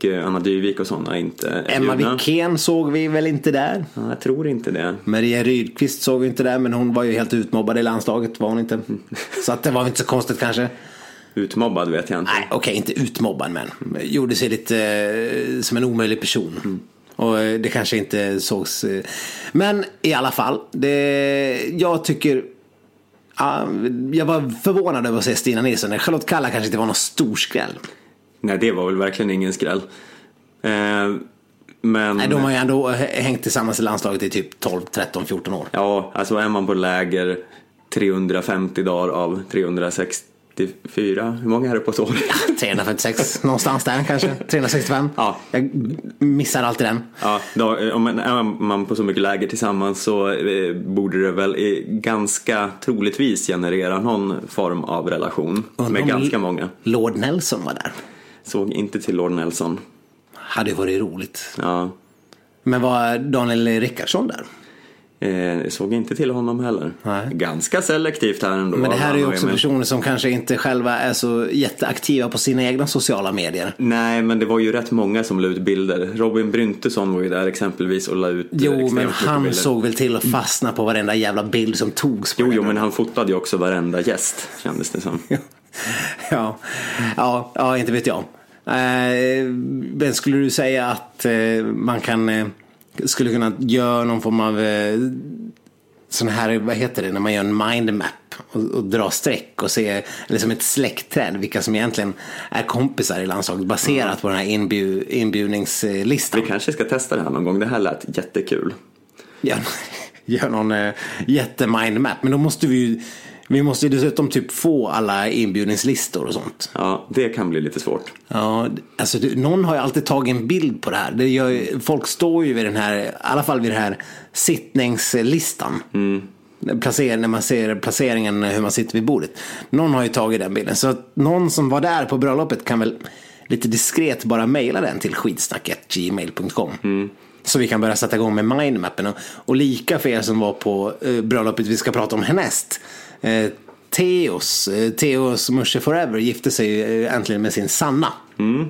och Anna Dyvik och sådana inte Emma Wikén såg vi väl inte där? Ja, jag tror inte det. Maria Rydqvist såg vi inte där, men hon var ju helt utmobbad i landslaget, var hon inte? Så att det var inte så konstigt kanske. Utmobbad vet jag inte. Nej, okej, okay, inte utmobbad, men gjorde sig lite eh, som en omöjlig person. Mm. Och eh, det kanske inte sågs. Eh. Men i alla fall, det, jag tycker... Ja, jag var förvånad över att se Stina Nilsson. Charlotte Kalla kanske inte var någon stor skräll. Nej, det var väl verkligen ingen skräll. Eh, men... Nej, de har ju ändå hängt tillsammans i landslaget i typ tolv, tretton, fjorton år. Ja, alltså är man på läger trehundrafemtio dagar av trehundrasextiofyra. Hur många är det på ett år? Ja, trehundrafemtiosex, någonstans där kanske. trehundrasextiofem. Ja. Jag missar alltid den. Ja, då, om man, är man på så mycket läger tillsammans så eh, borde det väl eh, ganska troligtvis generera någon form av relation. Undra med ganska många. Lord Nelson var där. Såg inte till Lord Nelson. Hade ju varit roligt. Ja. Men var Daniel Rickardsson där? Eh, såg inte till honom heller. Nej. Ganska selektivt här ändå. Men det här är ju också personer som kanske inte själva är så jätteaktiva på sina egna sociala medier. Nej, men det var ju rätt många som la ut bilder. Robin Bryntesson var ju där exempelvis och la ut. Jo, men han bilder. Såg väl till att fastna på varenda jävla bild som togs. Jo, jo, men han fotade ju också varenda gäst, kändes det som. ja, ja, ja, inte vet jag. Eh, men skulle du säga att eh, man kan... Eh, skulle kunna göra någon form av eh, sån här, vad heter det, när man gör en mindmap och, och drar streck och se, eller som ett släktträd, vilka som egentligen är kompisar i landslaget baserat mm. på den här inbjud, inbjudningslistan. Vi kanske ska testa det här någon gång, det här lät jättekul. Ja, gör någon eh, jättemindmap, men då måste vi ju Vi måste ju dessutom typ få alla inbjudningslistor och sånt. Ja, det kan bli lite svårt. Ja, alltså det, någon har ju alltid tagit en bild på det här. Det gör ju, folk står ju vid den här, i alla fall vid den här sittningslistan. Mm. Placer, när man ser placeringen, hur man sitter vid bordet. Någon har ju tagit den bilden. Så att någon som var där på bröllopet kan väl lite diskret bara mejla den till skitsnacket gmail punkt com. Mm. Så vi kan börja sätta igång med mindmappen. Och, och lika för er som var på eh, bröllopet vi ska prata om härnäst. Eh, Theos eh, Theos Musche Forever gifte sig eh, äntligen med sin Sanna. Mm.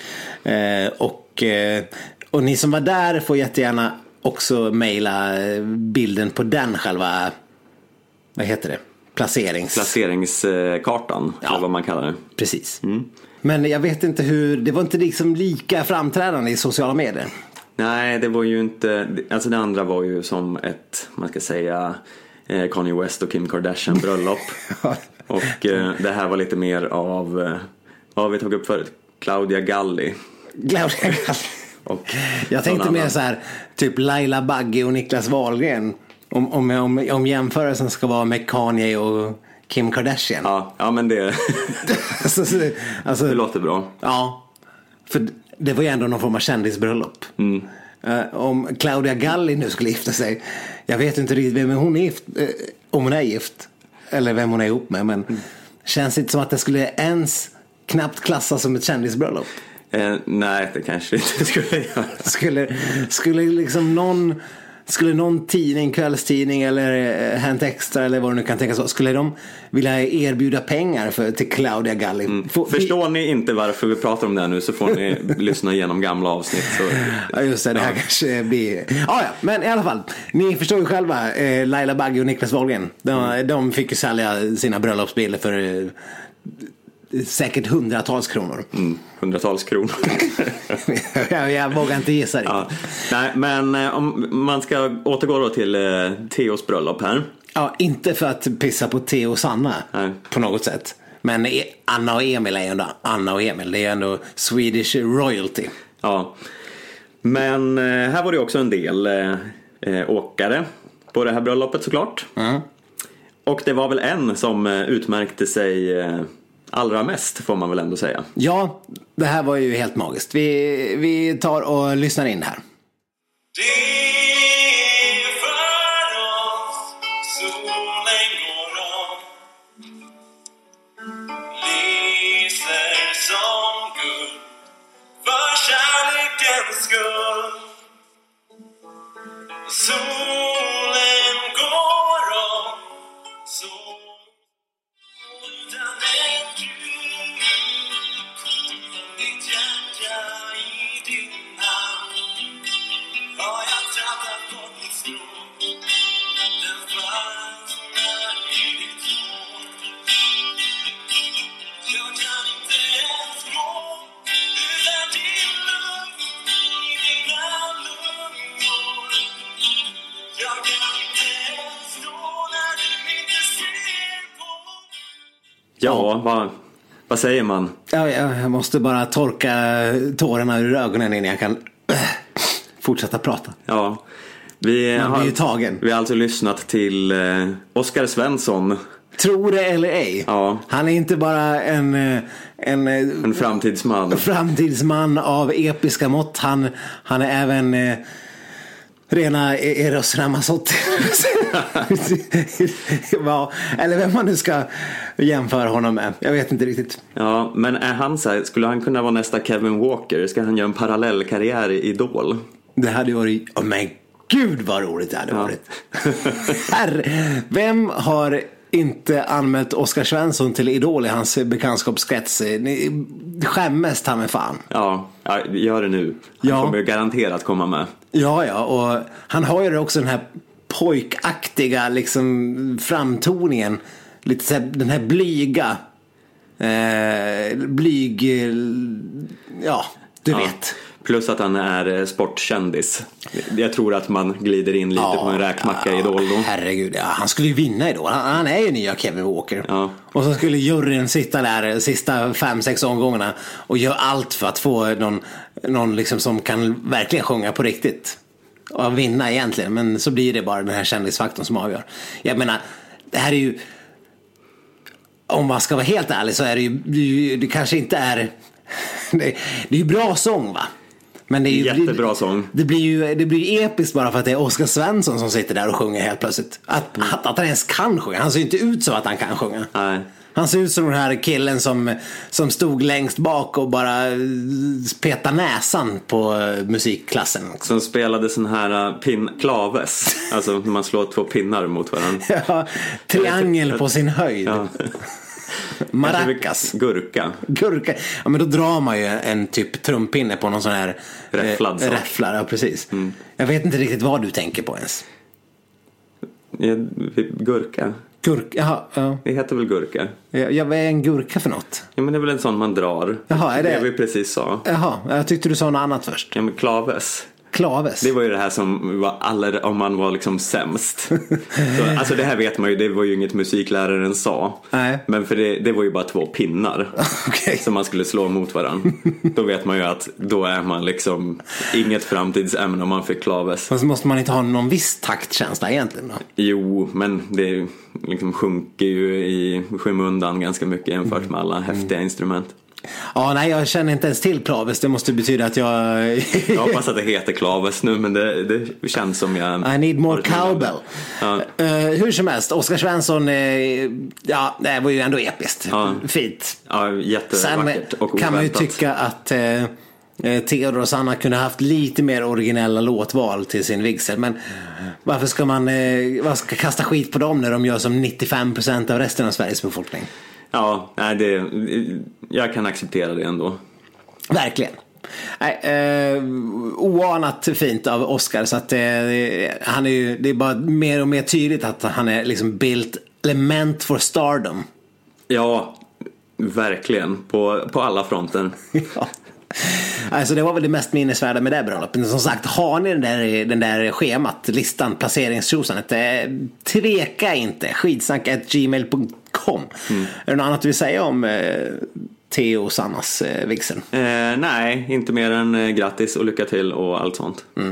eh, och, eh, och ni som var där får jättegärna också mejla bilden på den själva, vad heter det? Placerings... Placeringskartan, ja, eller vad man kallar det. Precis. Mm. Men jag vet inte hur, det var inte liksom lika framträdande i sociala medier. Nej, det var ju inte, alltså det andra var ju som ett, man ska säga, Kanye West och Kim Kardashian bröllop. Och eh, det här var lite mer av, eh, vad vi tog upp förut, Claudia Galli. Claudia Galli. Och jag tänkte mer så här, typ Laila Bagge och Niklas Wahlgren. Om, om, om, om jämförelsen ska vara med Kanye och Kim Kardashian. Ja, ja men det, alltså, alltså, det låter bra. Ja, för det var ju ändå någon form av kändisbröllop. Mm. Uh, om Claudia Galli nu skulle gifta sig, jag vet inte riktigt vem hon är gift, uh, om hon är gift eller vem hon är ihop med, men mm. känns inte som att det skulle ens knappt klassas som ett kändisbröllop. Eh, nej, det kanske inte skulle göra. skulle, skulle liksom någon Skulle någon tidning, kvällstidning eller Hänt Extra eller vad det nu kan tänkas vara, skulle de vilja erbjuda pengar för, till Claudia Galli? Mm. Får, Förstår vi... ni inte varför vi pratar om det här nu, så får ni lyssna igenom gamla avsnitt. Så... Ja just det, det här ja. kanske blir... Ah, ja, men i alla fall, ni förstår ju själva, eh, Laila Bagge och Niklas Wahlgren, de, mm. de fick ju sälja sina bröllopsbilder för... Eh, säkert hundratals kronor. Mm, hundratals kronor. jag, jag vågar inte gissa det. Ja. Nej, men eh, om man ska återgå då till eh, Theos bröllop här. Ja, inte för att pissa på Theo och Sanna. Nej. På något sätt. Men Anna och Emil är ju ändå Anna och Emil. Det är ändå Swedish royalty. Ja. Men eh, här var det också en del eh, åkare på det här bröllopet såklart. Mm. Och det var väl en som eh, utmärkte sig... Eh, allra mest, får man väl ändå säga. Ja, det här var ju helt magiskt. Vi, vi tar och lyssnar in här. Det är för oss solen går av, lyser som guld för kärlekens skull. Solen går av, solen utan en ditt hjärta i ens då när du inte ser på. Ja, vad, vad säger man? Ja, jag måste bara torka tårarna ur ögonen innan jag kan äh, fortsätta prata. Ja, vi Man blir har, ju tagen. vi har alltså lyssnat till eh, Oskar Svensson. Tror det eller ej. Ja. Han är inte bara en, en, En framtidsman. framtidsman av episka mått. Han, han är även eh, rena Eros Ramazzotti. Ja, eller vem man nu ska jämföra honom med. Jag vet inte riktigt. Ja, men är han så här, skulle han kunna vara nästa Kevin Walker? Ska han göra en parallellkarriär i Idol? Det hade varit, oh men gud vad roligt det hade Ja. varit. Herre, vem har inte anmält Oskar Svensson till Idol i hans bekantskapskrets? Ni skämmes ta med fan. Ja, ja, gör det nu. Han Ja. kommer ju garanterat komma med. Ja, ja, och han har ju också den här pojkaktiga liksom framtoningen. Lite så här, den här blyga eh, blyg eh, ja, du Ja. vet. Plus att han är eh, sportkändis. Jag tror att man glider in lite på en räkmacka i Idol då. Herregud, ja, han skulle ju vinna Idol. Han, han är ju nya Kevin Walker. Ja. Och så skulle juryn sitta där de sista fem, sex omgångarna och göra allt för att få någon, någon liksom som kan verkligen sjunga på riktigt. Och vinna egentligen. Men så blir det bara den här kändisfaktorn som avgör. Jag menar, det här är ju, om man ska vara helt ärlig så är det ju, det, det kanske inte är det, det är ju bra sång va. Men det är ju, Jättebra sång. Det blir ju det blir ju episkt bara för att det är Oskar Svensson som sitter där och sjunger helt plötsligt. Att, Mm. att, att han ens kan sjunga. Han ser ju inte ut så att han kan sjunga. Nej. Han ser ut som den här killen som, som stod längst bak och bara petade näsan på musikklassen. Som spelade sån här uh, pin, klaves. Alltså man slår två pinnar mot varandra. Ja, triangel på sin höjd. Ja. Maracas. Gurka. Gurka. Ja, men då drar man ju en typ trumpinne på någon sån här Räfflad sak. räfflar, ja, precis. Mm. Jag vet inte riktigt vad du tänker på ens. Ja, gurka. Gurka, jaha, ja. Det heter väl gurka? Ja, ja, vad är en gurka för något? Ja, men det är väl en sån man drar. Jaha, är det- det vi precis sa. Jaha, jag tyckte du sa något annat först. Ja, men klaves. Klaves. Det var ju det här som var alla, om man var liksom sämst. Så, alltså det här vet man ju, det var ju inget musikläraren sa. Nej. Men för det, det var ju bara två pinnar Okej. som man skulle slå mot varandra. Då vet man ju att då är man liksom inget framtidsämne om man fick klaves. Fast måste man inte ha någon viss taktkänsla egentligen då? Jo, men det liksom sjunker ju i skymundan ganska mycket jämfört med alla häftiga instrument. Ja, nej, jag känner inte ens till klaves. Det måste betyda att jag... Jag hoppas att det heter klaves nu, men det, det känns som jag... I need more cowbell. Ja. Uh, hur som helst, Oskar Svensson, uh, ja, det var ju ändå episkt. Ja. Fint. Ja, Sen jättevackert och kan man ju oväntat. tycka att uh, Theodor och Sanna kunde haft lite mer originella låtval till sin vigsel. Men varför ska man uh, varför ska kasta skit på dem när de gör som nittiofem procent av resten av Sveriges befolkning? Ja, nej, det, jag kan acceptera det ändå. Verkligen. Nej, eh, oanat fint av Oscar, så att eh, han är ju, det är bara mer och mer tydligt att han är liksom built element for stardom. Ja, verkligen. På, på alla fronter. Ja. Alltså det var väl det mest minnesvärda med det bröllopet. Men som sagt, har ni den där, den där schemat, listan, placeringstjosanet, eh, tveka inte. Skidsnack at gmail punkt com. Mm. Är det något annat du vill säga om eh, Theo och Sannas eh, vigsel? Eh, nej, inte mer än eh, grattis och lycka till och allt sånt. Mm.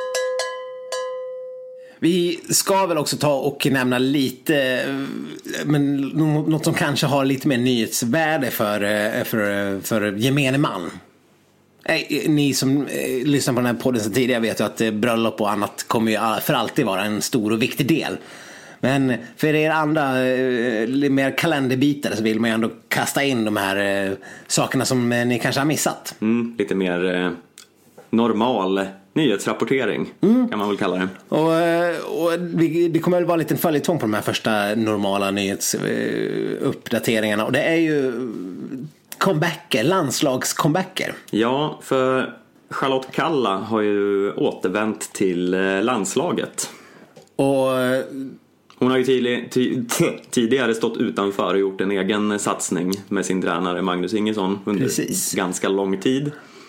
Vi ska väl också ta och nämna lite, men något som kanske har lite mer nyhetsvärde för, för, för gemene man. Ni som lyssnar på den här podden så tidigare vet ju att bröllop och annat kommer ju för alltid vara en stor och viktig del. Men för er andra mer kalenderbitare så vill man ju ändå kasta in de här sakerna som ni kanske har missat. Mm, lite mer eh, normal nyhetsrapportering mm. kan man väl kalla det. Och, och det kommer väl vara en liten följetong på de här första normala nyhetsuppdateringarna. Och det är ju comebacker, landslagscomebacker. Ja, för Charlotte Kalla har ju återvänt till landslaget. Och hon har ju tidig, tidigare stått utanför och gjort en egen satsning med sin tränare Magnus Ingesson under Precis. ganska lång tid.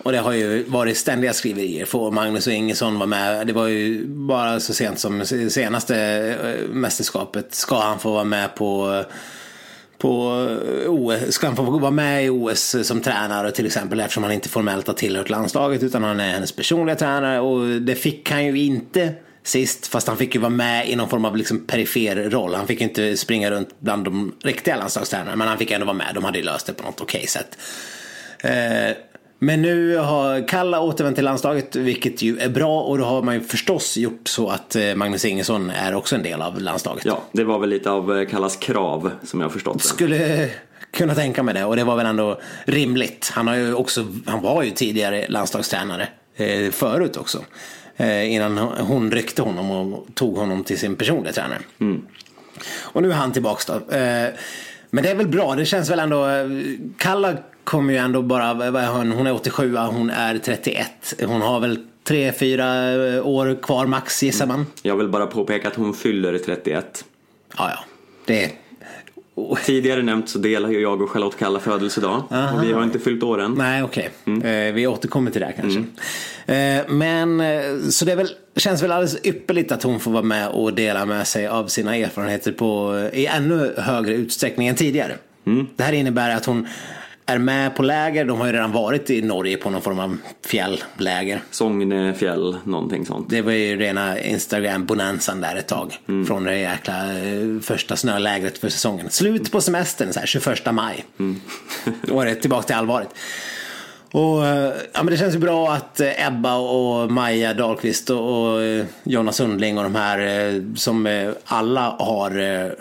Och det har ju varit ständiga skriverier. Får Magnus och Ingesson vara med? Det var ju bara så sent som senaste mästerskapet. Ska han få vara med på på O S? Ska han få vara med i O S som tränare till exempel, eftersom han inte formellt har tillhört landslaget utan han är hennes personliga tränare, och det fick han ju inte sist, fast han fick ju vara med i någon form av liksom perifer roll. Han fick inte springa runt bland de riktiga landslagstränarna, men han fick ändå vara med. De hade ju löst det på något okej sätt. Eh, men nu har Kalla återvänt till landslaget, vilket ju är bra, och då har man ju förstås gjort så att Magnus Ingesson är också en del av landslaget. Ja, det var väl lite av Kallas krav som jag har förstått det. Skulle kunna tänka mig det, och det var väl ändå rimligt. Han har ju också, han var ju tidigare landslagstränare eh, förut också. Innan hon ryckte honom och tog honom till sin personliga tränare. Mm. Och nu är han tillbaka då. Men det är väl bra, det känns väl ändå. Kalla kommer ju ändå bara, hon är åttiosju, hon är trettioett. Hon har väl tre, fyra år kvar max, gissar man. Jag vill bara påpeka att hon fyller trettioett. Ja, ja, det är... Tidigare nämnt så delar ju jag och Charlotte Kalla födelsedag. Aha. Och vi har inte fyllt åren. Nej, okej. Okay. Mm. Eh, vi återkommer till det här kanske. Mm. Eh, men så det väl, känns väl alldeles ypperligt att hon får vara med och dela med sig av sina erfarenheter på, i ännu högre utsträckning än tidigare. Mm. Det här innebär att hon är med på läger. De har ju redan varit i Norge på någon form av fjällläger. Sångnefjäll, någonting sånt. Det var ju rena Instagram-bonanzan där ett tag. Mm. Från det jäkla första snölägret för säsongen. Slut på semestern, så här, tjugoförsta maj. Mm. Och är det tillbaka till allvaret. Och ja, men det känns ju bra att Ebba och Maja Dahlqvist och, och Jonas Sundling och de här som alla har...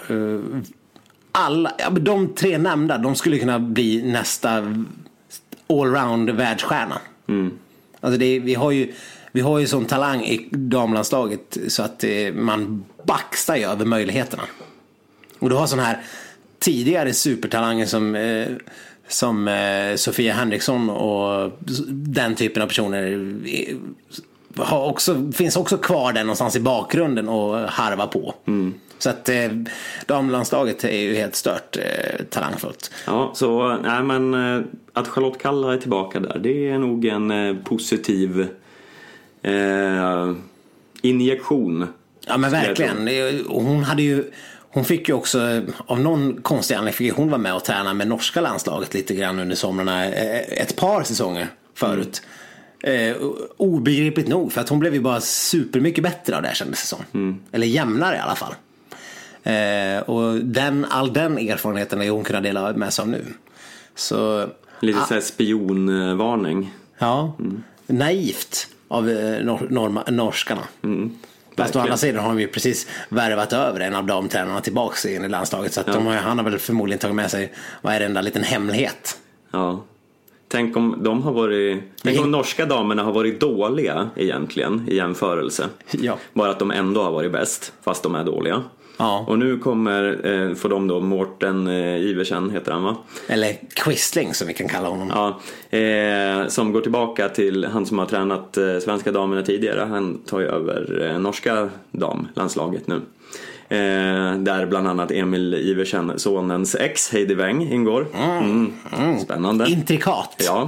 Alla, ja, de tre nämnda, de skulle kunna bli nästa allround världsstjärna. Mm. Alltså det, vi har ju vi har ju sån talang i damlandslaget så att eh, man baxar ju över möjligheterna. Och du har sån här tidigare supertalanger som eh, som eh, Sofia Henriksson och den typen av personer eh, har också, finns också kvar där någonstans i bakgrunden och harva på. Mm. Så att eh, damlandslaget är ju helt stört eh, talangfullt. Ja, så nej, men eh, att Charlotte Kalla är tillbaka där, det är nog en eh, positiv eh, injektion. Ja, men verkligen. Hon hade ju, hon fick ju också av någon konstig anledning fick hon var med och träna med norska landslaget lite grann under somrarna, ett par säsonger förut. Mm. Eh, obegripligt nog, för att hon blev ju bara supermycket bättre av det här, kändes det som. Mm. Eller jämnare i alla fall. Eh, och den, all den erfarenheten är hon kunna dela med sig av nu. Så, lite ah, så här spionvarning. Ja, mm. Naivt av eh, nor- nor- norskarna. Mm. Fast å andra sidan har de ju precis värvat över en av damtränarna tillbaka in i landslaget. Så att ja. de har, han har väl förmodligen tagit med sig, vad är det, en där liten hemlighet. Ja. Tänk om de har varit, tänk om norska damerna har varit dåliga egentligen i jämförelse. Ja. Bara att de ändå har varit bäst fast de är dåliga. Ja. Och nu kommer eh, får de då Mårten eh, Iversen heter han, va? Eller Quisling som vi kan kalla honom. Ja, eh, som går tillbaka till han som har tränat eh, svenska damerna tidigare. Han tar ju över eh, norska damlandslaget nu. Eh, där bland annat Emil Iversen, sonens ex Heidi Weng, ingår. Mm. Mm. Spännande. Intrikat. Ja.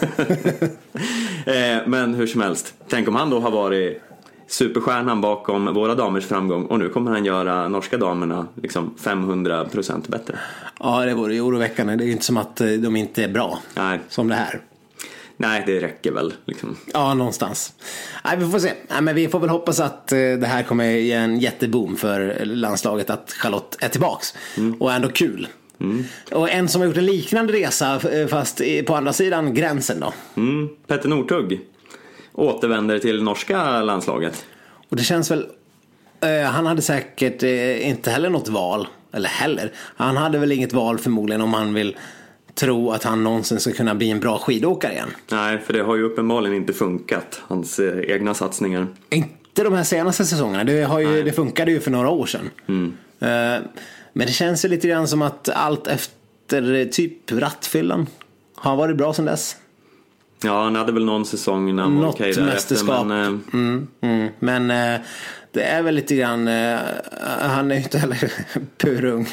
eh, men hur som helst, tänk om han då har varit superstjärnan bakom våra damers framgång, och nu kommer han göra norska damerna liksom femhundra procent bättre. Ja, det vore ju oroväckande. Det är ju inte som att de inte är bra. Nej. Som det här. Nej, det räcker väl liksom. Ja, någonstans. Nej, vi får se. Nej, men vi får väl hoppas att det här kommer ge en jätteboom för landslaget, att Charlotte är tillbaks. Mm. Och ändå kul. Mm. Och en som har gjort en liknande resa fast på andra sidan gränsen då. Mm. Petter Northug återvänder till norska landslaget. Och det känns väl eh, han hade säkert eh, inte heller något val. Eller heller. Han hade väl inget val förmodligen om han vill tro att han någonsin ska kunna bli en bra skidåkare igen. Nej, för det har ju uppenbarligen inte funkat, hans eh, egna satsningar. Inte de här senaste säsongerna. Det, har ju, det funkade ju för några år sedan. Mm. Eh, men det känns ju lite grann som att allt efter typ rattfyllan har varit bra sedan dess. Ja, han hade väl någon säsong när han var okej därefter. Men, mm, mm. men eh, det är väl lite grann, uh, han är ju inte heller purung.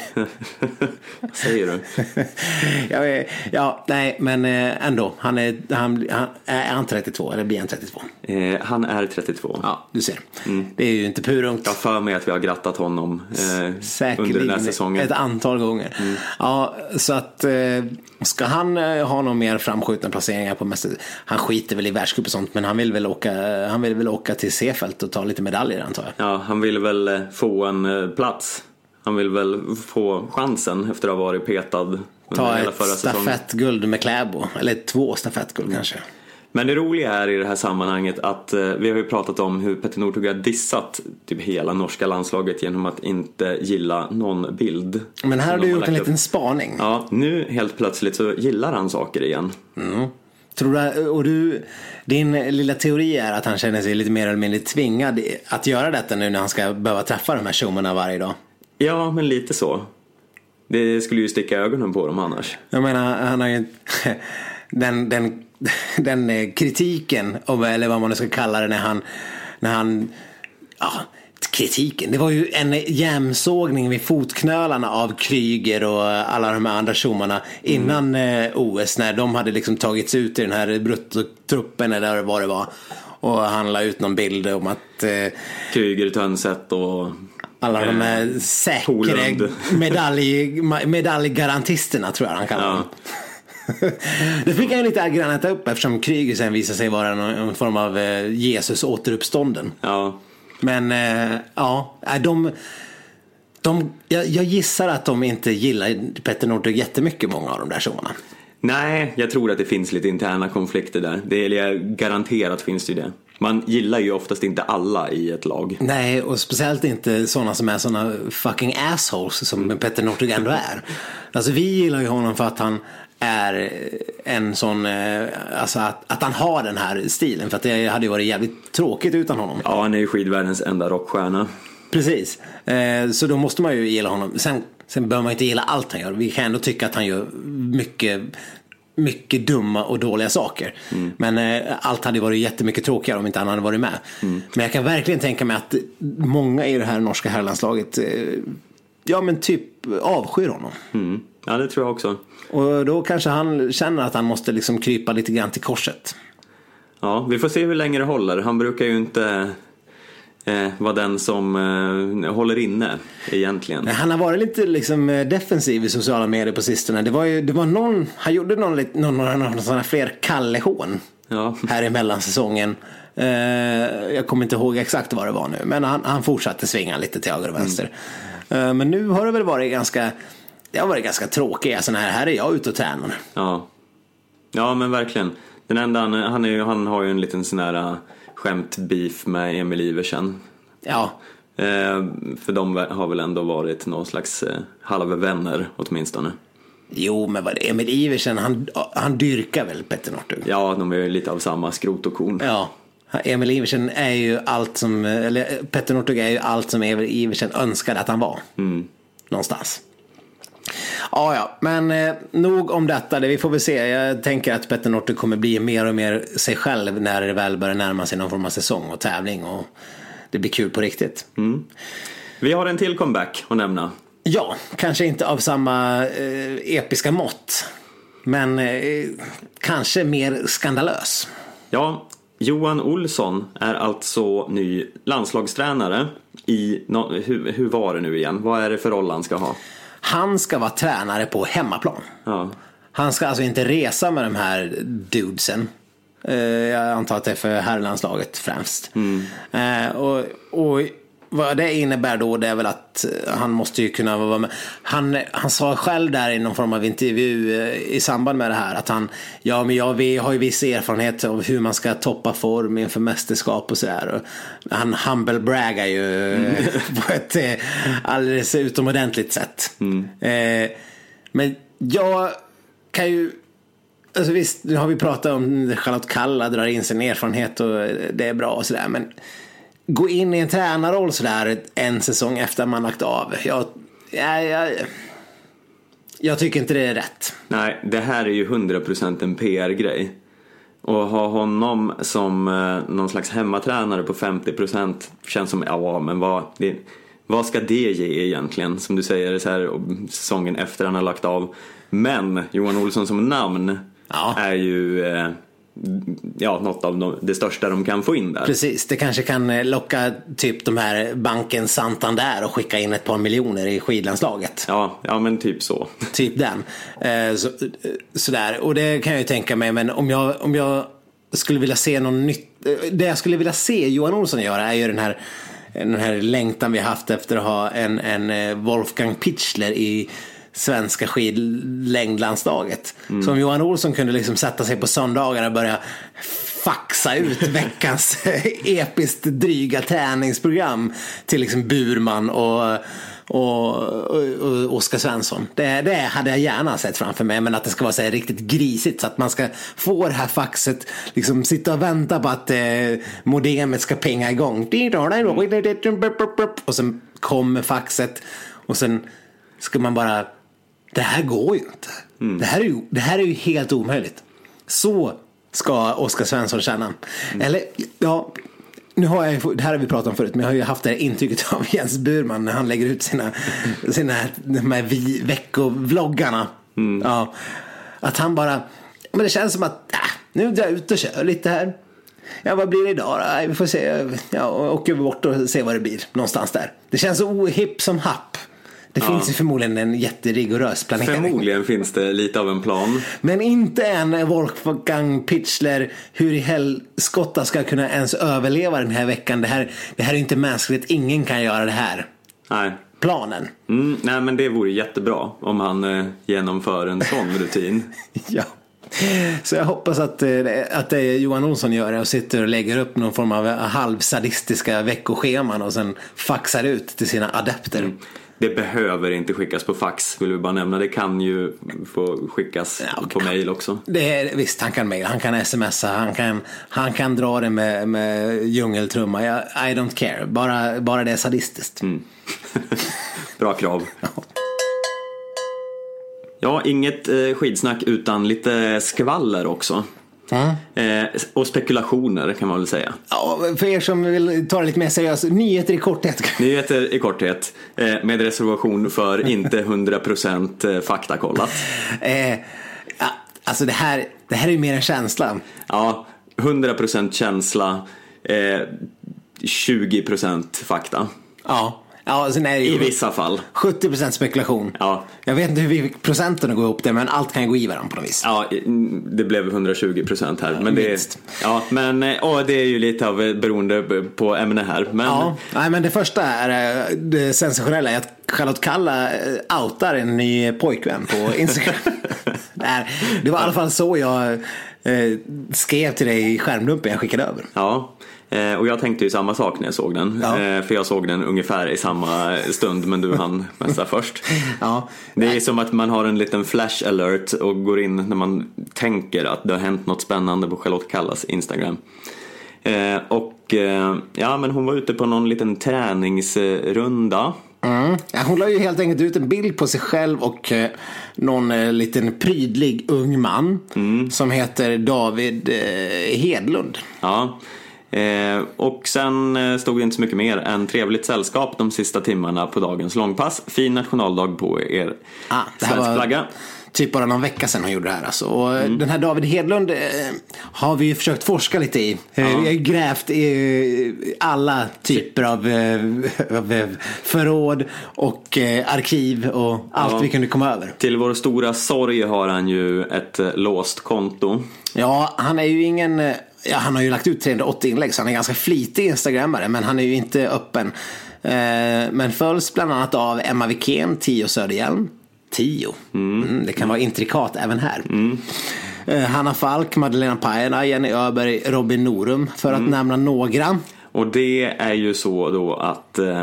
Säger du? ja, ja, nej, men uh, ändå, han är, han, han, är han trettiotvå eller blir han trettiotvå? Eh, han är trettiotvå. Ja, du ser. Mm. Det är ju inte purungt. Jag för mig att vi har grattat honom eh, under den här säsongen. Ett antal gånger. Mm. Ja, så att eh, ska han eh, ha någon mer framskjutna placeringar på mäster, han skiter väl i världscup och sånt, men han vill väl åka, han vill väl åka till Seefeld och ta lite medaljer, antar jag. Ja, han vill väl få en eh, plats. Han vill väl få chansen efter att ha varit petad ta hela förra säsongen. Ta ett stafettguld med Kläbo, eller två stafettguld mm. kanske. Men det roliga är i det här sammanhanget att eh, vi har ju pratat om hur Petter Northug har dissat typ hela norska landslaget genom att inte gilla någon bild. Men här har du gjort en upp. liten spaning. Ja, nu helt plötsligt så gillar han saker igen. Mm. Tror du, och du, din lilla teori är att han känner sig lite mer eller mindre tvingad att göra detta nu när han ska behöva träffa de här showmarna varje dag? Ja, men lite så. Det skulle ju sticka ögonen på dem annars. Jag menar, han har ju den, den, den kritiken, eller vad man nu ska kalla det, när han, när han ja, kritiken, det var ju en jämsågning vid fotknölarna av Kryger och alla de här andra showmarna innan mm. O S, när de hade liksom tagits ut i den här bruttotruppen eller vad det var, och han la ut någon bild om att eh, Kryger, Tönset och alla de här säkra medalj, medaljgarantisterna, tror jag han kallar dem. Ja. Det fick jag lite grann äta upp, eftersom Kryger sen visade sig vara någon form av Jesus återuppstånden. Ja. Men äh, ja, de, de, jag, jag gissar att de inte gillar Petter Northug jättemycket, många av de där showarna. Nej, jag tror att det finns lite interna konflikter där. Det är garanterat, finns det ju det. Man gillar ju oftast inte alla i ett lag. Nej, och speciellt inte sådana som är sådana fucking assholes som mm. Petter Northug ändå är. Alltså vi gillar ju honom för att han är en sån, alltså att, att han har den här stilen, för att det hade ju varit jävligt tråkigt utan honom. Ja, han är ju skidvärldens enda rockstjärna. Precis, så då måste man ju gilla honom. Sen, sen behöver man inte gilla allt han gör. Vi kan ändå tycka att han gör mycket mycket dumma och dåliga saker. Mm. Men eh, allt hade varit jättemycket tråkigare om inte han hade varit med. Mm. Men jag kan verkligen tänka mig att många i det här norska herrlandslaget eh, ja men typ avskyr honom. Mm. Ja, det tror jag också. Och då kanske han känner att han måste liksom krypa lite grann till korset. Ja, vi får se hur länge det håller. Han brukar ju inte eh, vara den som eh, håller inne egentligen. Han har varit lite liksom defensiv i sociala medier på sistone. Det var ju det var någon, han gjorde någon, någon, någon, någon sådana fler kallehån ja. här i mellansäsongen. Eh, jag kommer inte ihåg exakt vad det var nu, men han, han fortsatte svinga lite till höger och vänster. Mm. Eh, men nu har det väl varit ganska det har varit ganska tråkigt. Alltså, här, här är jag ute och tränar. Ja. Ja, men verkligen. Den enda, han, han, är ju, han har ju en liten sån här skämt-beef med Emil Iversen. Ja. Eh, för de har väl ändå varit någon slags eh, halvvänner åtminstone. Jo, men vad det Emil Iversen, han, han dyrkar väl Petter Northug? Ja, de är ju lite av samma skrot och korn. Ja. Emil Iversen är ju allt som, eller Petter Northug är ju allt som Emil Iversen önskade att han var. Mm. Någonstans. Ja, ja, men eh, nog om detta. Det vi får väl se. Jag tänker att Petter Northug kommer bli mer och mer sig själv när det väl börjar närma sig någon form av säsong och tävling, och det blir kul på riktigt. Mm. Vi har en till comeback att nämna. Ja, kanske inte av samma eh, episka mått, men eh, kanske mer skandalös. Ja, Johan Olsson är alltså ny landslagstränare i, no, hur, hur var det nu igen? Vad är det för roll han ska ha? Han ska vara tränare på hemmaplan. Ja. Han ska alltså inte resa med de här dudesen. Jag antar att det är för herrlandslaget främst. Mm. Och, och vad det innebär då, det är väl att han måste ju kunna vara med. Han, han sa själv där i någon form av intervju i samband med det här att han, ja men jag vi har ju viss erfarenhet av hur man ska toppa form inför mästerskap och sådär. Han humble braggar ju mm. på ett alldeles utomordentligt sätt. Mm. Eh, men jag kan ju, alltså visst, nu har vi pratat om Charlotte Kalla drar in sin erfarenhet och det är bra och sådär, men gå in i en tränarroll sådär en säsong efter man lagt av. Jag, jag, jag, jag tycker inte det är rätt. Nej, det här är ju hundra procent en P R-grej. Och ha honom som eh, någon slags hemmatränare på femtio procent känns som, ja men vad, det, vad ska det ge egentligen? Som du säger, så här, säsongen efter han har lagt av. Men Johan Olsson som namn ja. är ju eh, ja, något av de, det största de kan få in där. Precis, det kanske kan locka typ de här banken Santander och skicka in ett par miljoner i skidlandslaget. Ja, ja men typ så. Typ den. Eh, så, sådär. Och det kan jag ju tänka mig, men om jag, om jag skulle vilja se någon nytt, det jag skulle vilja se Johan Olsson göra är ju den här den här längtan vi har haft efter att ha en, en Wolfgang Pichler i svenska skidlängdlandslaget. Mm. Så om Johan Olsson kunde liksom sätta sig på söndagar och börja faxa ut veckans episkt dryga träningsprogram till liksom Burman och och, och, och Oskar Svensson. Det, det hade jag gärna sett framför mig, men att det ska vara så här riktigt grisigt så att man ska få det här faxet, liksom sitta och vänta på att eh, modemet ska pinga igång. Och sen kommer faxet och sen ska man bara, det här går ju inte. Mm. Det här är ju, det här är ju helt omöjligt. Så ska Oskar Svensson känna. Mm. Eller, ja, nu har jag, det här har vi pratat om förut, men jag har ju haft det här intrycket av Jens Burman när han lägger ut sina, sina de här vi, veckovloggarna. Mm. Ja, att han bara, men det känns som att äh, nu drar jag ut och kör lite här. Ja, vad blir det idag då? Vi får se, ja, åker bort och se vad det blir någonstans där. Det känns så ohipp som happ. Det ja. finns ju förmodligen en jätterigorös planering. Förmodligen finns det lite av en plan. Men inte en Wolfgang Pichler. Hur i helskotta ska kunna ens överleva den här veckan. Det här, det här är inte mänskligt. Ingen kan göra det här. Nej. Planen. Mm, nej, men det vore jättebra om han eh, genomför en sån rutin. Ja. Så jag hoppas att, att det Johan Olsson gör och sitter och lägger upp någon form av halvsadistiska veckoscheman och sen faxar ut till sina adepter. Mm. Det behöver inte skickas på fax, vill vi bara nämna. Det kan ju få skickas ja, på mail också. Det är, visst, han kan mail, han kan smsa, han kan, han kan dra det med, med djungeltrumma. I, I don't care, bara, bara det är sadistiskt. Mm. Bra krav. Ja. Ja, inget eh, skidsnack utan lite skvaller också. Mm. Eh, och spekulationer kan man väl säga. Ja, för er som vill ta det lite mer seriöst, nyheter i korthet. Nyheter i korthet eh, med reservation för inte hundra procent faktakollat. eh, ja, alltså det här, det här är ju mer en känsla. Ja, hundra procent känsla, eh, tjugo procent fakta. Ja. Ja, sen är det i vissa fall sjuttio procent spekulation. Ja. Jag vet inte hur vi procenten går ihop det, men allt kan ju gå i varandra på något vis. Ja, det blev hundratjugo procent här, men det, ja, men åh, det är ju lite av beroende på ämne här. Men ja, nej, men det första är det sensationella är att Charlotte Kalla outar en ny pojkvän på Instagram. Det var i alla fall så jag eh, skrev till dig i skärmdumpen jag skickade över. Ja. Och jag tänkte ju samma sak när jag såg den. Ja. För jag såg den ungefär i samma stund, men du hann messa först. Ja. Det är som att man har en liten flash alert och går in när man tänker att det har hänt något spännande på Charlotte Kallas Instagram. Och ja, men hon var ute på någon liten träningsrunda. Mm. Ja, hon la ju helt enkelt ut en bild på sig själv och eh, någon eh, liten prydlig ung man mm. som heter David eh, Hedlund. Ja. Eh, och sen eh, stod det inte så mycket mer än trevligt sällskap de sista timmarna på dagens långpass. Fin nationaldag på er ah, svensk flagga. Typ bara någon vecka sedan hon gjorde det här alltså. Och mm. den här David Hedlund eh, har vi försökt forska lite i. Ja. Vi har grävt i alla typer av, eh, av förråd och eh, arkiv och allt ja. vi kunde komma över. Till vår stora sorg har han ju ett eh, låst konto. Ja, han är ju ingen... Ja, han har ju lagt ut trehundraåttio inlägg så han är ganska flitig instagrammare, men han är ju inte öppen. Eh, men följs bland annat av Emma Wikén, Tio Söderhjelm. Tio. Mm. Mm, det kan vara intrikat även här. Mm. Eh, Hanna Falk, Madeleine Pajana, Jenny Öberg, Robin Norum, för mm. att nämna några. Och det är ju så då att eh,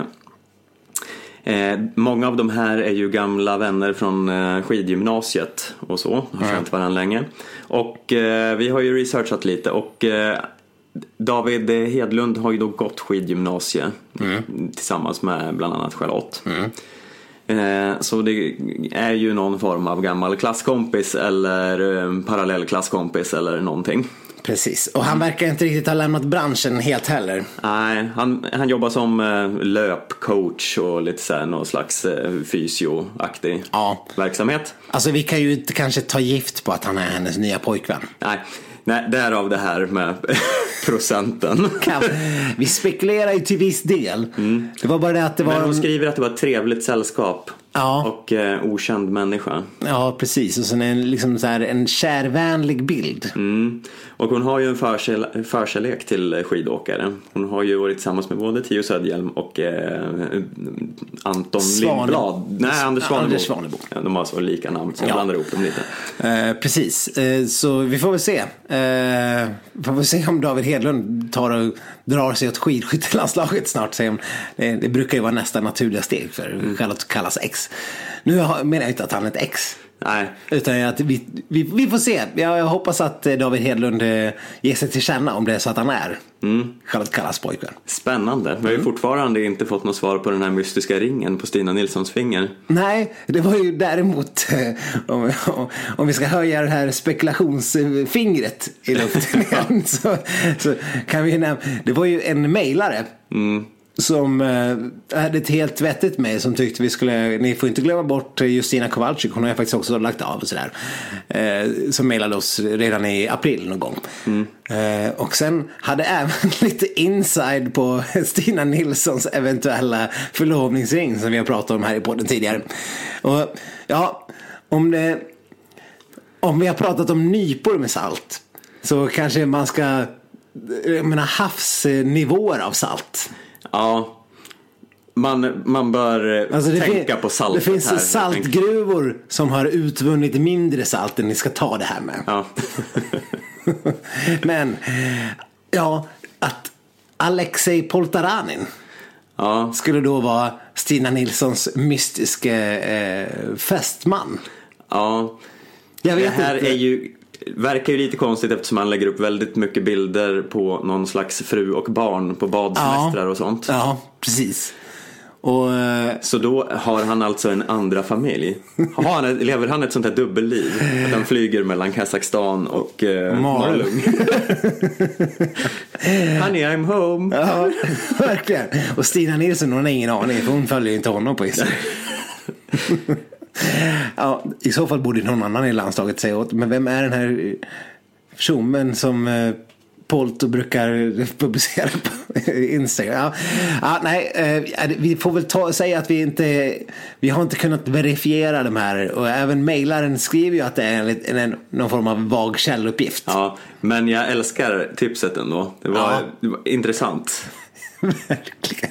eh, många av de här är ju gamla vänner från eh, skidgymnasiet och så, har mm. känt varandra länge. Och eh, vi har ju researchat lite och eh, David Hedlund har ju då gått skidgymnasie mm. tillsammans med bland annat Charlotte. Mm. Eh, så det är ju någon form av gammal klasskompis eller eh, parallell klasskompis eller någonting. Precis, och han verkar inte riktigt ha lämnat branschen helt heller. Nej, han, han jobbar som eh, löpcoach och lite så här, någon slags eh, fysioaktig Ja. verksamhet. Alltså vi kan ju inte kanske ta gift på att han är hennes nya pojkvän. Nej, nej, därav det här med procenten. Kan, vi spekulerar ju till viss del. Mm. Det var bara det att det var... Men hon en... skriver att det var ett trevligt sällskap. Ja. Och eh, okänd människa. Ja, precis. Och sen en, liksom så här, en kärvänlig bild. Mm. Och hon har ju en förkärlek, förkärlek till skidåkare. Hon har ju varit tillsammans med både Theo Söderhjelm och eh, Anton Svane... Lindblad. Nej, Anders Svanebo. Anders Svanebo. Ja, de har så lika namn så jag Ja. blandar ihop dem lite. Eh, precis. Eh, så vi får väl se. Eh, får väl se om David Hedlund tar och drar sig åt skidskyttelandslaget snart. Se om, det, det brukar ju vara nästa naturliga steg för mm. Charlotte kallas ex. Nu har, menar jag inte att han är ett ex. Nej. Utan att vi, vi, vi får se. Jag, jag hoppas att David Hedlund eh, ger sig till känna om det är så att han är mm. Charlotte kallas pojkvän. Spännande. Vi har ju mm. fortfarande inte fått något svar på den här mystiska ringen på Stina Nilssons finger. Nej, det var ju däremot om, om, om vi ska höja det här spekulationsfingret i luften igen, så, så kan vi nämna. Det var ju en mejlare mm. som eh, hade ett helt vettigt med som tyckte vi skulle, ni får inte glömma bort Justina Kowalczyk, hon har faktiskt också lagt av och sådär, eh, som mejlade oss redan i april någon gång. Mm. Eh, och sen hade även lite inside på Stina Nilssons eventuella förlovningsring som vi har pratat om här i podden tidigare. Och ja, om det om vi har pratat om nypor med salt, så kanske man ska, jag menar, havsnivåer av salt. Ja, man, man bör alltså tänka fin- på saltet. Det finns här, saltgruvor som har utvunnit mindre salt än ni ska ta det här med. Ja. Men ja, att Alexej Poltaranin ja. skulle då vara Stina Nilssons mystiska eh, fästman. Ja, jag vet det här inte. är ju, verkar ju lite konstigt eftersom han lägger upp väldigt mycket bilder på någon slags fru och barn på badsemestrar ja. och sånt. Ja, precis. Och, så då har han alltså en andra familj. Har han, lever han ett sånt här dubbelliv? Att han flyger mellan Kazakstan och eh, Malung. Honey, I'm home. Ja, verkligen. Och Stina Nilsson, hon har ingen aning, för hon följer inte honom på Instagram. Ja, i så fall borde någon annan i landslaget säga åt. Men vem är den här tjommen som eh, Polto brukar publicera på Instagram? Ja, ja, nej, eh, vi får väl ta, säga att vi inte vi har inte kunnat verifiera de här. Och även mejlaren skriver ju att det är en, en, någon form av vag källuppgift. Ja, men jag älskar tipset ändå. Det var, ja. det var intressant. Verkligen.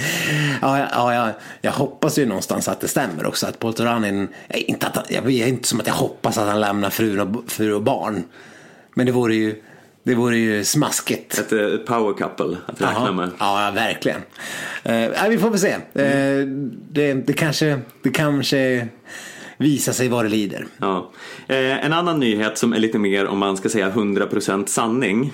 Ja, ja, ja, jag hoppas ju någonstans att det stämmer också, att Poltaranin, inte att, jag är inte som att jag hoppas att han lämnar fru och, fru och barn, men det vore ju det vore ju smaskigt. Ett, ett power couple att räkna Aha. med. Ja, verkligen. Uh, vi får väl se. Uh, det, det kanske det kanske visar sig vad det lider. Ja. Uh, en annan nyhet som är lite mer, om man ska säga hundra procent sanning,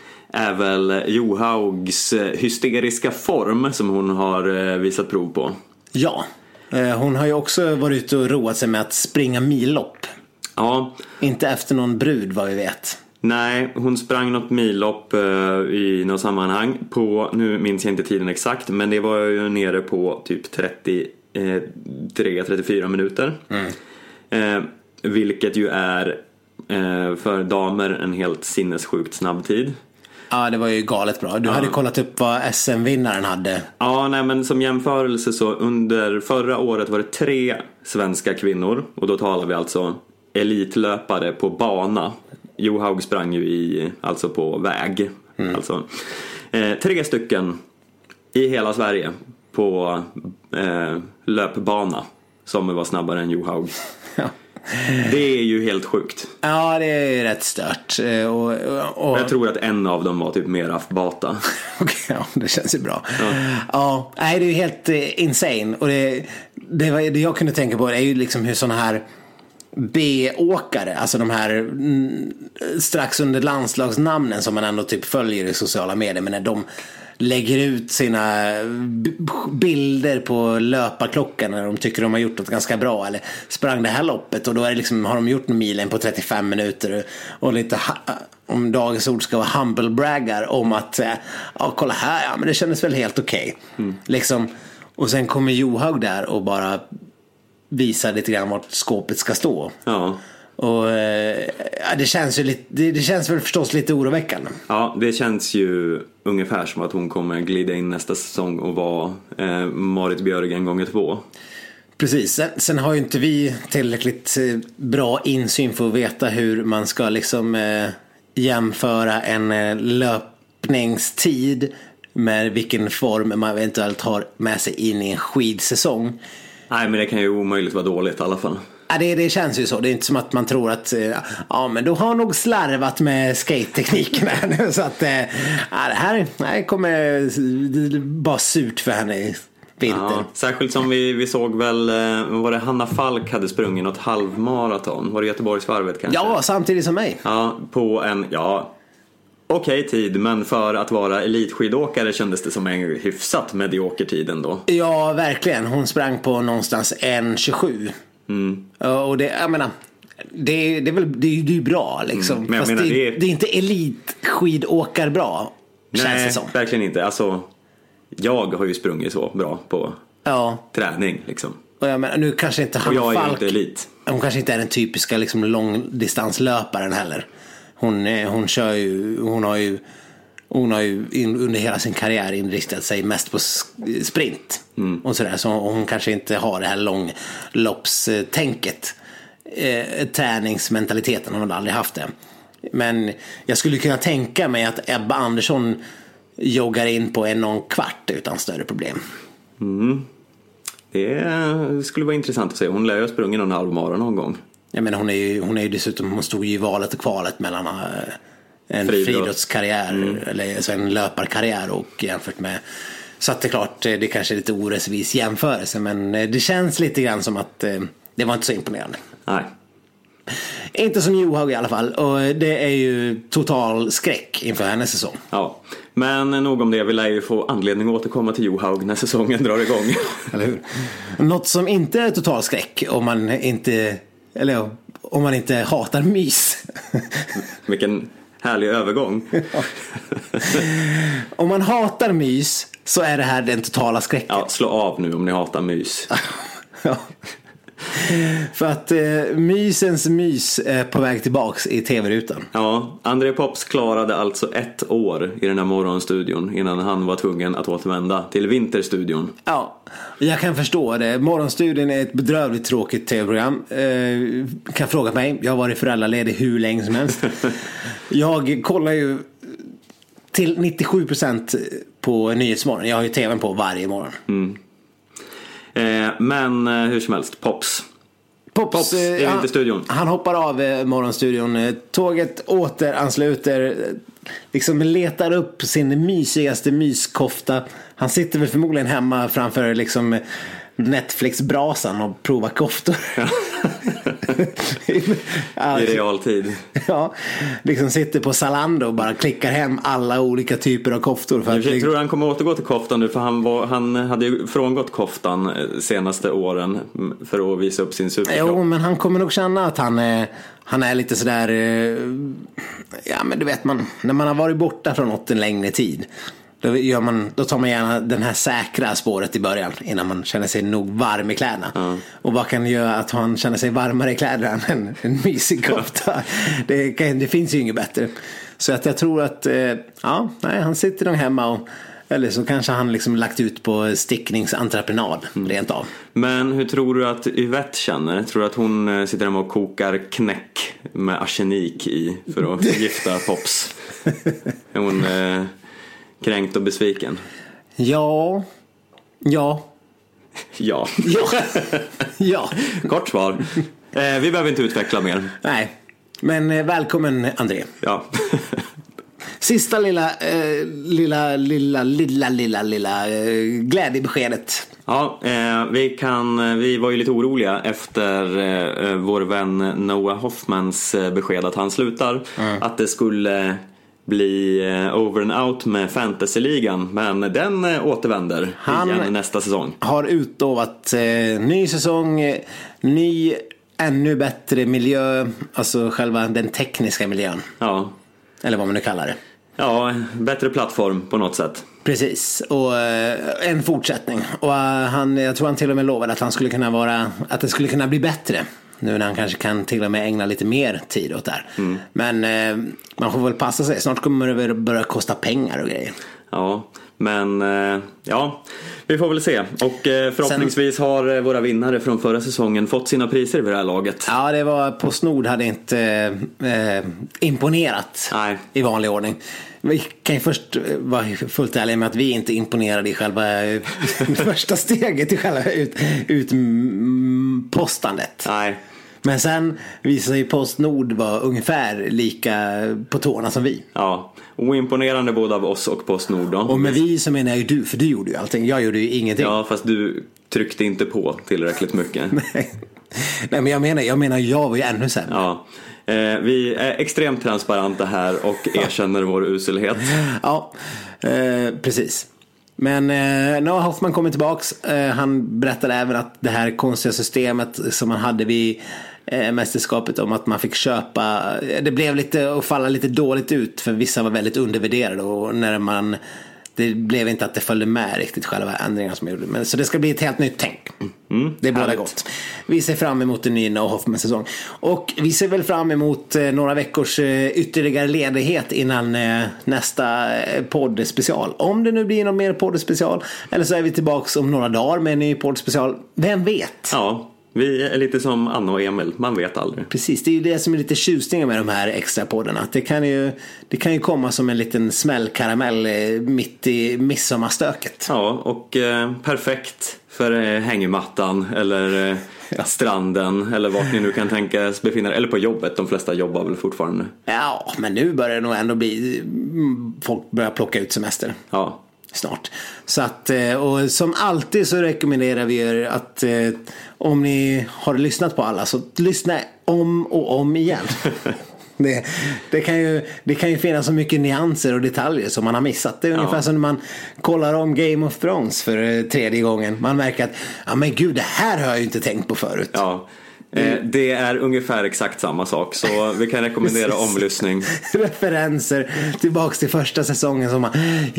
är väl Johaugs hysteriska form som hon har visat prov på. Ja, hon har ju också varit ute och roat sig med att springa millopp. Ja. Inte efter någon brud, vad vi vet. Nej, hon sprang något millopp i något sammanhang på, nu minns jag inte tiden exakt, men det var ju nere på typ trettiotre till trettiofyra minuter. Mm. Eh, vilket ju är eh, för damer en helt sinnessjukt snabb tid. Ja, det var ju galet bra. Du ja. hade kollat upp vad S M-vinnaren hade. Ja, nej, men som jämförelse så under förra året var det tre svenska kvinnor. Och då talar vi alltså elitlöpare på bana. Johaug sprang ju i, alltså på väg. Mm. Alltså, eh, tre stycken i hela Sverige på eh, löpbana som var snabbare än Johaug. Ja. Det är ju helt sjukt. Ja, det är rätt stört. Och, och, och... jag tror att en av dem var typ mer afbata. Okej, ja, det känns ju bra. Ja, ja, nej, det är ju helt eh, insane. Och det, det, var, det jag kunde tänka på är ju liksom hur såna här B-åkare, alltså de här mm, strax under landslagsnamnen som man ändå typ följer i sociala medier, men när de lägger ut sina b- bilder på löparklockan när de tycker de har gjort något ganska bra eller sprang det här loppet, och då är det liksom, har de gjort milen på trettiofem minuter och lite ha- om dagens ord ska vara humble braggar om att ja, kolla här, ja, men det kändes väl helt okej. Okay. Mm. Liksom, och sen kommer Johaug där och bara visar lite grann vart skåpet ska stå. Ja. Och ja, det känns ju lite, det, det känns väl förstås lite oroväckande. Ja, det känns ju ungefär som att hon kommer glida in nästa säsong och vara eh, Marit Björgen gånger två. Precis, sen, sen har ju inte vi tillräckligt bra insyn för att veta hur man ska liksom eh, jämföra en eh, löpningstid med vilken form man eventuellt har med sig in i en skidsäsong. Nej, men det kan ju omöjligt vara dåligt i alla fall. Ja, det, det känns ju så. Det är inte som att man tror att ja, men då har nog slarvat med skate-tekniken här. Så att ja, det här nej, kommer bara surt för henne i vinter. Ja, särskilt som vi, vi såg väl, var det Hanna Falk hade sprungit något halvmaraton? Var det Göteborgsvarvet kanske? Ja, samtidigt som mig. Ja, på en, ja, okej okay, tid, men för att vara elitskidåkare kändes det som en hyfsat medioker tid ändå. Ja, verkligen. Hon sprang på någonstans en tjugosju. Mm. Och det, jag menar, det, det är väl det är, det är bra liksom. Mm. Men fast menar, det, det, är, det är inte elitskidåkar bra. Nej, verkligen inte. Alltså, jag har ju sprungit så bra på ja. träning liksom. Och jag menar, nu kanske inte han jag är Falk, inte elit. Hon kanske inte är den typiska liksom långdistanslöparen heller. Hon hon kör ju hon har ju hon har ju in, under hela sin karriär inriktat sig mest på sprint. Mm. Och sådär, så hon kanske inte har det här långloppstänket. Eh, träningsmentaliteten, hon har aldrig haft det. Men jag skulle kunna tänka mig att Ebba Andersson joggar in på en och en kvart utan större problem. Mm. Det skulle vara intressant att se. Hon lär ju ha sprungit någon halvmara någon gång. Jag menar, hon är ju, hon är ju dessutom, hon stod ju i valet och kvalet mellan en friidrottskarriär mm. eller alltså en löparkarriär och jämfört med, så att det är klart det kanske är lite orättvis jämförelse, men det känns lite grann som att det var inte så imponerande. Nej. Inte som Johaug i alla fall, och det är ju total skräck inför hennes säsong. Ja, men nog om det. Vi lär ju få anledning att återkomma till Johaug när säsongen drar igång. Eller hur? Något som inte är total skräck om man inte, eller om man inte hatar mys. Vilken härlig övergång. Ja. Om man hatar mys så är det här den totala skräcken. Ja, slå av nu om ni hatar mys. Ja. För att eh, mysens mys är på väg tillbaks i tv-rutan. Ja, André Pops klarade alltså ett år i den här morgonstudion innan han var tvungen att återvända till vinterstudion. Ja, jag kan förstå det. Morgonstudion är ett bedrövligt tråkigt tv-program. eh, Kan fråga mig, jag har varit föräldraledig hur länge som helst. Jag kollar ju till nittiosju procent på Nyhetsmorgon. Jag har ju tvn på varje morgon. Mm. Men hur som helst, Pops Pops, Pops är han, inte i studion. Han hoppar av eh, morgonstudion. Tåget återansluter, liksom letar upp sin mysigaste myskofta. Han sitter väl förmodligen hemma framför liksom Netflix-brasan och provar koftor. Ja. Alltså, i realtid. Ja, liksom sitter på Zalando och bara klickar hem alla olika typer av koftor. För jag att tror liksom... han kommer återgå till koftan nu, för han, var, han hade ju frångått koftan senaste åren för att visa upp sin superkropp. Jo, men han kommer nog känna att han är, han är lite sådär, ja men du vet man, när man har varit borta från något en längre tid, då, gör man, då tar man gärna den här säkra spåret i början innan man känner sig nog varm i kläderna. Mm. Och vad kan göra att han känner sig varmare i kläderna än en, en mysig kofta? det, kan, det finns ju inget bättre. Så att jag tror att ja, nej, han sitter nog hemma och, eller så kanske han liksom lagt ut på stickningsentreprenad mm. rent av. Men hur tror du att Yvette känner? Tror du att hon sitter hemma och kokar knäck med arsenik i för att förgifta Pops? Är hon eh, kränkt och besviken? Ja. Ja. Ja. Ja. Ja. Kort svar. Eh, vi behöver inte utveckla mer. Nej. Men eh, välkommen André. Ja. Sista lilla, eh, lilla, lilla, lilla, lilla, lilla eh, glädjebeskedet. Ja, eh, vi kan, vi var ju lite oroliga efter eh, vår vän Noah Hoffmans besked att han slutar. Mm. Att det skulle bli eh, over and out med fantasyligan, men den eh, återvänder han igen nästa säsong. Har utlovat eh, ny säsong, eh, ny, ännu bättre miljö, alltså själva den tekniska miljön. Ja. Eller vad man nu kallar det. Ja, bättre plattform på något sätt. Precis, och eh, en fortsättning. Och eh, han, jag tror han till och med lovade att han skulle kunna vara, att det skulle kunna bli bättre. Nu när han kanske kan till och med ägna lite mer tid åt det här. Mm. Men eh, man får väl passa sig. Snart kommer det väl börja kosta pengar och grejer. Ja, men eh, ja, vi får väl se. Och eh, förhoppningsvis Sen, har våra vinnare från förra säsongen fått sina priser vid det här laget. Ja, det var PostNord hade inte eh, imponerat. Nej. I vanlig ordning. Vi kan ju först vara fullt ärliga med att vi inte imponerade i själva första steget i själva ut, utpostandet. Nej. Men sen visar sig PostNord vara ungefär lika på tårna som vi. Ja, oimponerande både av oss och PostNord då. Och med vi så menar jag ju du, för du gjorde ju allting. Jag gjorde ju ingenting. Ja, fast du tryckte inte på tillräckligt mycket. Nej. Nej, men jag menar, jag menar jag var ju ännu sämre. Ja. Eh, vi är extremt transparenta här och erkänner vår uselhet. Ja, eh, precis. Men eh, Noah Hoffman kommer tillbaks. eh, Han berättade även att det här konstiga systemet som man hade vid eh, mästerskapet, om att man fick köpa, det blev lite och falla lite dåligt ut, för vissa var väldigt undervärderade, och när man, det blev inte att det följde med riktigt själva ändringarna som jag gjorde. Men, så det ska bli ett helt nytt tänk. Mm, det är bara gott. Vi ser fram emot en ny Noah Hoffman-säsong. Och vi ser väl fram emot eh, några veckors eh, ytterligare ledighet innan eh, nästa eh, poddspecial. Om det nu blir någon mer poddspecial, eller så är vi tillbaks om några dagar med en ny poddspecial. Vem vet? Ja, vi är lite som Anna och Emil, man vet aldrig. Precis, det är ju det som är lite tjusningen med de här extra poddarna. Det kan ju, det kan ju komma som en liten smällkaramell eh, mitt i midsommarstöket. Ja, och eh, perfekt för eh, hängmattan eller eh, ja. stranden, eller vart ni nu kan tänkas befinna er, eller på jobbet. De flesta jobbar väl fortfarande. Ja, men nu börjar det nog ändå bli, folk börjar plocka ut semester. Ja. Snart. Så att, och som alltid så rekommenderar vi er att eh, om ni har lyssnat på alla, så lyssna om och om igen. Det, det, kan ju, det kan ju finnas så mycket nyanser och detaljer som man har missat. Det är ungefär ja. som när man kollar om Game of Thrones för tredje gången. Man märker att, ja men gud, det här har jag ju inte tänkt på förut. Ja. Eh, det är ungefär exakt samma sak, så vi kan rekommendera omlyssning. Referenser tillbaks till första säsongen som man,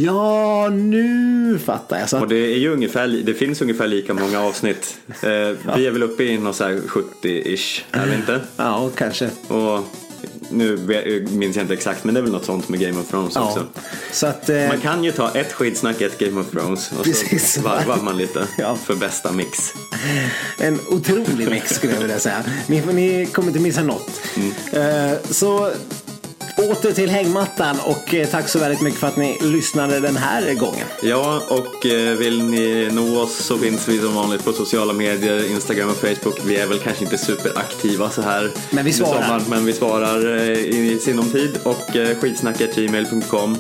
ja nu fattar jag. Så att... Och det är ju ungefär, det finns ungefär lika många avsnitt. eh, ja. Vi är väl uppe i något så här sjuttio-ish, är vi inte? Ja, kanske. Och nu minns jag inte exakt, men det är väl något sånt med Game of Thrones ja. också. Så att, eh... man kan ju ta ett skitsnack, ett Game of Thrones, och precis. Så varvar man lite ja. för bästa mix. En otrolig mix skulle jag vilja säga. Ni, ni kommer inte missa något. Mm. eh, Så åter till hängmattan, och eh, tack så väldigt mycket för att ni lyssnade den här gången. Ja, och eh, vill ni nå oss så finns vi som vanligt på sociala medier, Instagram och Facebook. Vi är väl kanske inte superaktiva så här, men vi svarar, sommar, men vi svarar eh, i sinom tid. Och eh, skitsnack at gmail punkt com.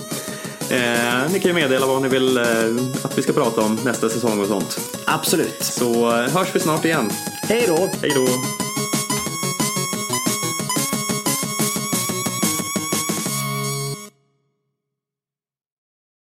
eh, Ni kan ju meddela vad ni vill eh, att vi ska prata om nästa säsong och sånt. Absolut. Så eh, hörs vi snart igen. Hej då. Hej då.